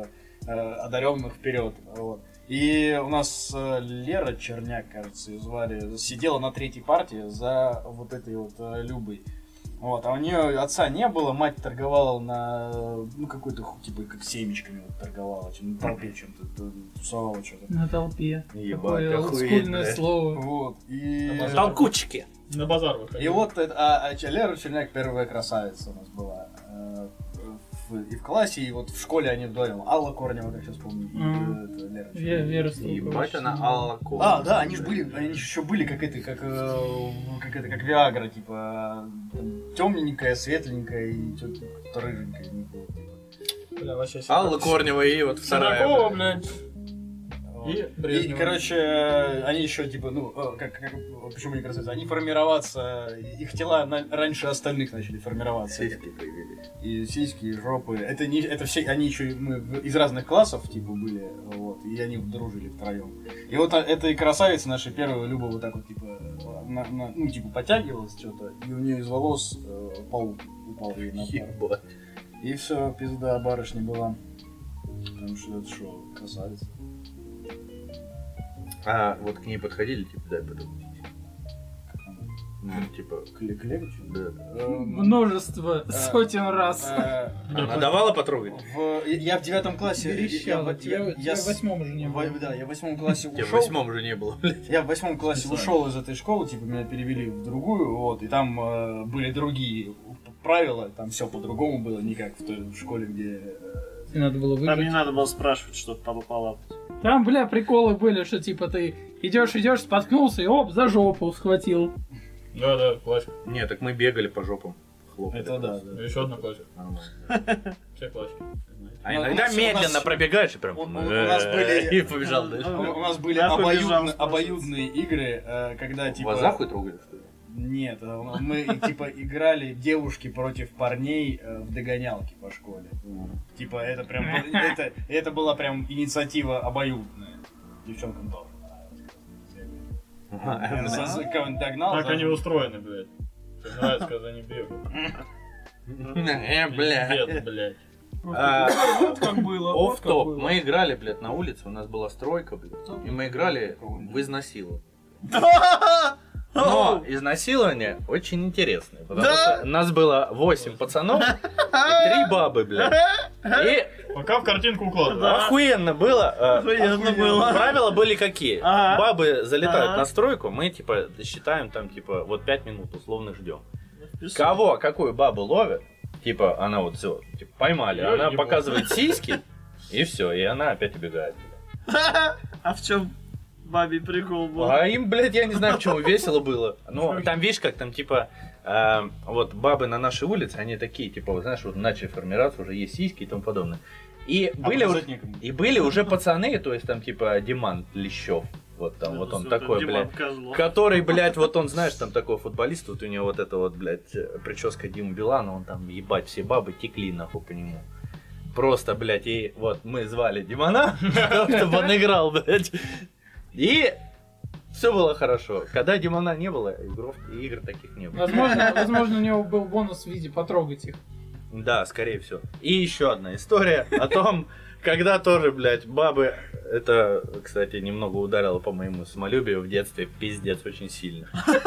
одаренных вперед. Вот. И у нас э, Лера Черняк, кажется, ее звали, сидела на третьей партии за вот этой вот э, Любой. Вот, а у нее отца не было, мать торговала на, ну, какой-то, типа, как семечками вот торговала, чем, на толпе чем-то, тусовала что-то. На толпе. Ебать, Какое охуеть, олдскульное блядь. слово. Вот, и... На базар. Толкучки. На базар выходил. И вот, это, а, а Лера Черняк первая красавица у нас была. э, в- И в классе, и вот в школе они вдвоем. Алла Корнева, как сейчас помню, и Мгм. э, это, Лера Ве- Черняк. Вера Струкова. Ебать, она Алла Кова. А, да, они же были, они же еще были как это, как, э, как это, как Виагра, типа темненькая, светленькая и что-то рыженькая. у них было, типа. Бля, вообще Алла Корнева и вот вторая. Судакова, блядь. блядь. Вот. И И, Брежнева. короче, э, они еще, типа, ну, э, как, как, почему они красавицы? Они формироваться, их тела на- раньше остальных начали формироваться. Сиськи появились. И сиськи, и жопы. Это не, это все, они еще, мы в- из разных классов, типа, были, вот, и они дружили втроем. И вот а, эта и красавица наша первая, Люба, вот так вот, типа, на- на- ну, типа, подтягивалась что-то, и у нее из волос э, паук упал ей на пару. Ебать. И все, пизда барышня была. Потому что это шо, красавица. А вот к ней подходили, типа, дай потом. Ну, типа, К Легочу? да. Множество, Э, сотен раз. Э, Она давала потрогать? в- Я в девятом классе... Верещала. я- Тебя я- тебя я в с- восьмом уже не в- было. Да, я в восьмом классе Тебе в ушел. восьмом уже не было, блядь. Я в восьмом классе Специально. ушел из этой школы, типа меня перевели в другую, вот, и там э, были другие правила, там все по-другому было, не как в той школе, где... э, И надо было Там не выиграть. надо было спрашивать, что по полапать. Там, бля, приколы были, что типа ты идешь, идешь, споткнулся и оп, за жопу схватил. Да, да, классика. Не, так мы бегали по жопам. Хлопали. Это да, да. Еще одна классика. Нормально. Все классики. А У иногда нас- у медленно нас- пробегаешь и прям... у- у- у нас были- И побежал дальше. У, у нас были Я побежал, обоюдно- спрашивается. обоюдные игры, э, когда типа... Вас захуй трогали, что ли? Нет, э, мы типа играли девушки против парней э, в догонялки по школе. Типа это прям это это была прям инициатива обоюдная. Девчонкам тоже нравилось. Я за- за кого-нибудь догнал. Так за- они устроены, блядь. Мне нравится, когда они бегают. Э, бля. Дед, блядь. А, Вот как было. вот как Офф-топ. было. Мы играли, блядь, на улице, у нас была стройка, блядь. И мы играли в изнасилование. Но изнасилование очень интересное, потому что нас было восемь пацанов и три бабы, блядь. И Пока в картинку укладываю. охуенно было. э, Охуенно было. Правила были какие? Ага. Бабы залетают Ага. на стройку, мы типа считаем там типа вот пять минут условно ждем. Кого, какую бабу ловят, типа она вот все, типа, поймали, Я она ебал. показывает сиськи, и все, и она опять убегает. А в чем бабий прикол был? А им, блядь, я не знаю, почему весело было. Ну, там, видишь, как там, типа, э, вот бабы на нашей улице, они такие, типа, вот, знаешь, вот начали формироваться, уже есть сиськи и тому подобное. И А были, показать уже- некому. и были уже пацаны, то есть там, типа, Диман Лещев, вот там, вот он Это такой, Диман блядь. Козлов. Который, блядь, вот он, знаешь, там такой футболист, вот у него вот эта вот, блядь, прическа Димы Билана, он там, ебать, все бабы текли нахуй по нему. Просто, блядь, и вот мы звали Димана, чтобы он играл, блядь. И все было хорошо. Когда Димана не было, игров, игр таких не было. Возможно, возможно, у него был бонус в виде потрогать их. Да, скорее всего. И еще одна история о том, когда тоже, блядь, бабы, это, кстати, немного ударило по моему самолюбию в детстве, пиздец, очень сильно.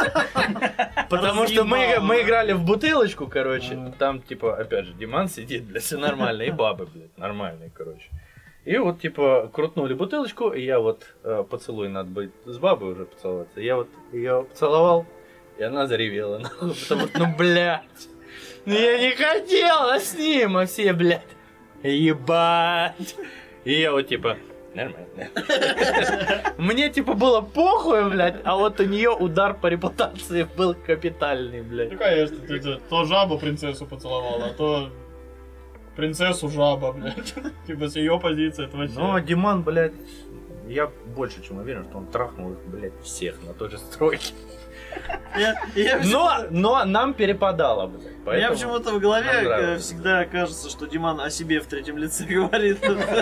Потому что мы, мы играли в бутылочку, короче, там, типа, опять же, Диман сидит, блядь, все нормально, и бабы, блядь, нормальные, короче. И вот, типа, крутнули бутылочку, и я вот, э, поцелуй, надо быть с бабой уже поцеловаться, я вот ее поцеловал, и она заревела, нахуй, потому что, ну, блядь, ну я не хотела с ним, а все, блядь, ебать. И я вот, типа, нормально. Мне, типа, было похуй, блядь, а вот у нее удар по репутации был капитальный, блядь. Ну, конечно, ты, ты то жаба принцессу поцеловала, а то принцессу жаба, блядь. Типа с ее позиции это вообще... Но Диман, блядь, я больше чем уверен, что он трахнул их, блядь, всех на той же стройке. Я, я, Но, но нам перепадало, блядь. я Поэтому... почему-то в голове нам э, нравилось. всегда кажется, что Диман о себе в третьем лице говорит.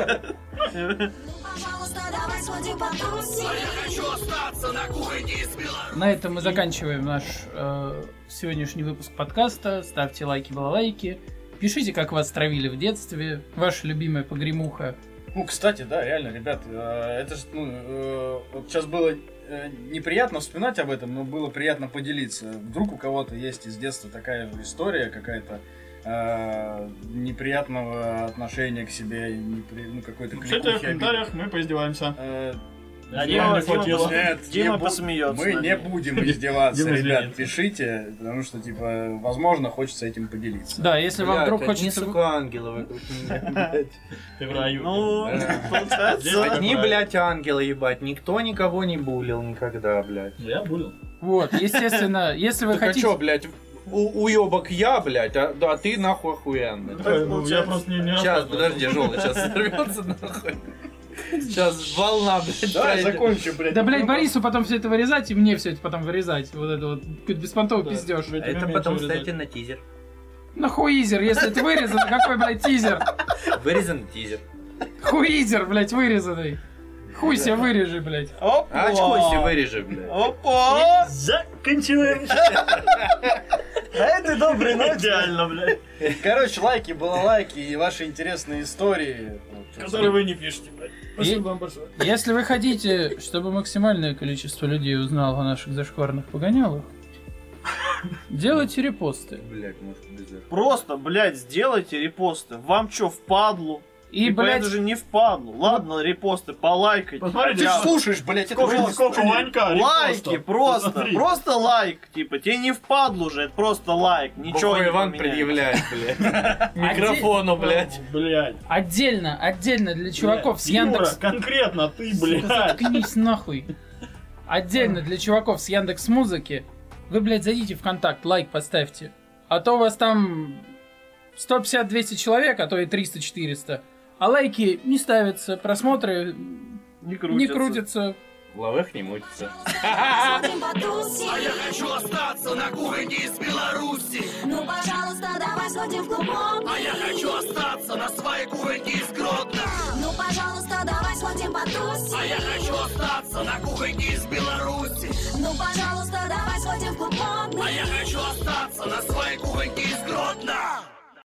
Пожалуйста, давай сходим потусим. Хочу остаться на кухоньке из Беларуси. На этом мы заканчиваем наш э, сегодняшний выпуск подкаста. Ставьте лайки, балалайки. Пишите, как вас травили в детстве. Ваша любимая погремуха Ну, кстати, да, реально, ребят, э, это же, ну, э, вот сейчас было э, неприятно вспоминать об этом, но было приятно поделиться. Вдруг у кого-то есть из детства такая история какая-то э, неприятного отношения к себе, непри... ну, какой-то Кстати, в кликухи, комментариях обиды. мы поиздеваемся. Э, А Не Дима, хватило. Дима, Нет, Дима не бу- посмеется. Мы над не ним. будем издеваться, Дима ребят, извинится. пишите, потому что, типа, возможно, хочется этим поделиться. Да, если вам Блядь, вдруг одни, хочется... сука, ангелы вокруг меня, блядь. Ты в раю. Ну, Да. получается. Здесь такой- Одни, правильно. блядь, ангелы, ебать. Никто никого не булил никогда, блядь. Я булил. Вот, естественно, если вы Так а хотите... чё, блядь, у- уёбок я, блядь, а, да, а ты нахуй охуенный. Ой, ну, я просто не, не Сейчас, рассказывал. подожди, Жола, сейчас сорвется нахуй. Сейчас волна, блядь, Давай пройдет. закончим, блядь. Да, блядь, Ну, Борису потом все это вырезать, и мне все это потом вырезать. Вот это вот какой-то беспонтовый Да. пиздеж. Тебе Это меньше потом вырезать. ставьте на тизер. Нахуизер, если это вырезано, какой, блядь, тизер? Вырезан тизер. Хуизер, блядь, вырезанный. Хуй себе вырежи, блядь. Опа! А очко себе вырежи, блядь. Опа! Заканчиваем. А это добрый ночь. Идеально, блядь. Короче, лайки, балалайки и ваши интересные истории. Вот, Которые вы не пишете, блядь. Спасибо вам большое. Если вы хотите, чтобы максимальное количество людей узнало о наших зашкварных погонялах, делайте репосты. Блядь, может без этого. Просто, блядь, сделайте репосты. Вам чё, впадлу? И, Типа, блядь, это же не впадлу. Ладно, репосты, полайкайте. Посмотрите, Ты ж Хотя бы. слушаешь, блядь, это Сколько, просто- сколько Ванька Лайки, репостов. просто, Посмотри. просто лайк, типа, тебе не впадлу же, это просто лайк, ничего Бухой не Иван поменяется. предъявляет, блядь. Микрофону, блядь. Блядь. отдельно, отдельно для чуваков с Юра, Яндекс... конкретно ты, Сука, блядь. заткнись нахуй. Отдельно для чуваков с Яндекс Музыки. Вы, блядь, зайдите в контакт, лайк поставьте. А то у вас там сто пятьдесят - двести человек, а то и триста - четыреста. А лайки не ставятся, просмотры Не крутится. не крутятся. В лавах не мутится. Смотрим А я потусим. хочу остаться на кухне из Беларуси. Ну, пожалуйста, давай сходим в клубок. А я хочу остаться на своей кухоньке из Гродно. Ну, пожалуйста, давай сходим потусим. А я хочу остаться на кухоньке из Беларуси. Ну, пожалуйста, давай сходим в клубок. А я хочу остаться на своей кухоньке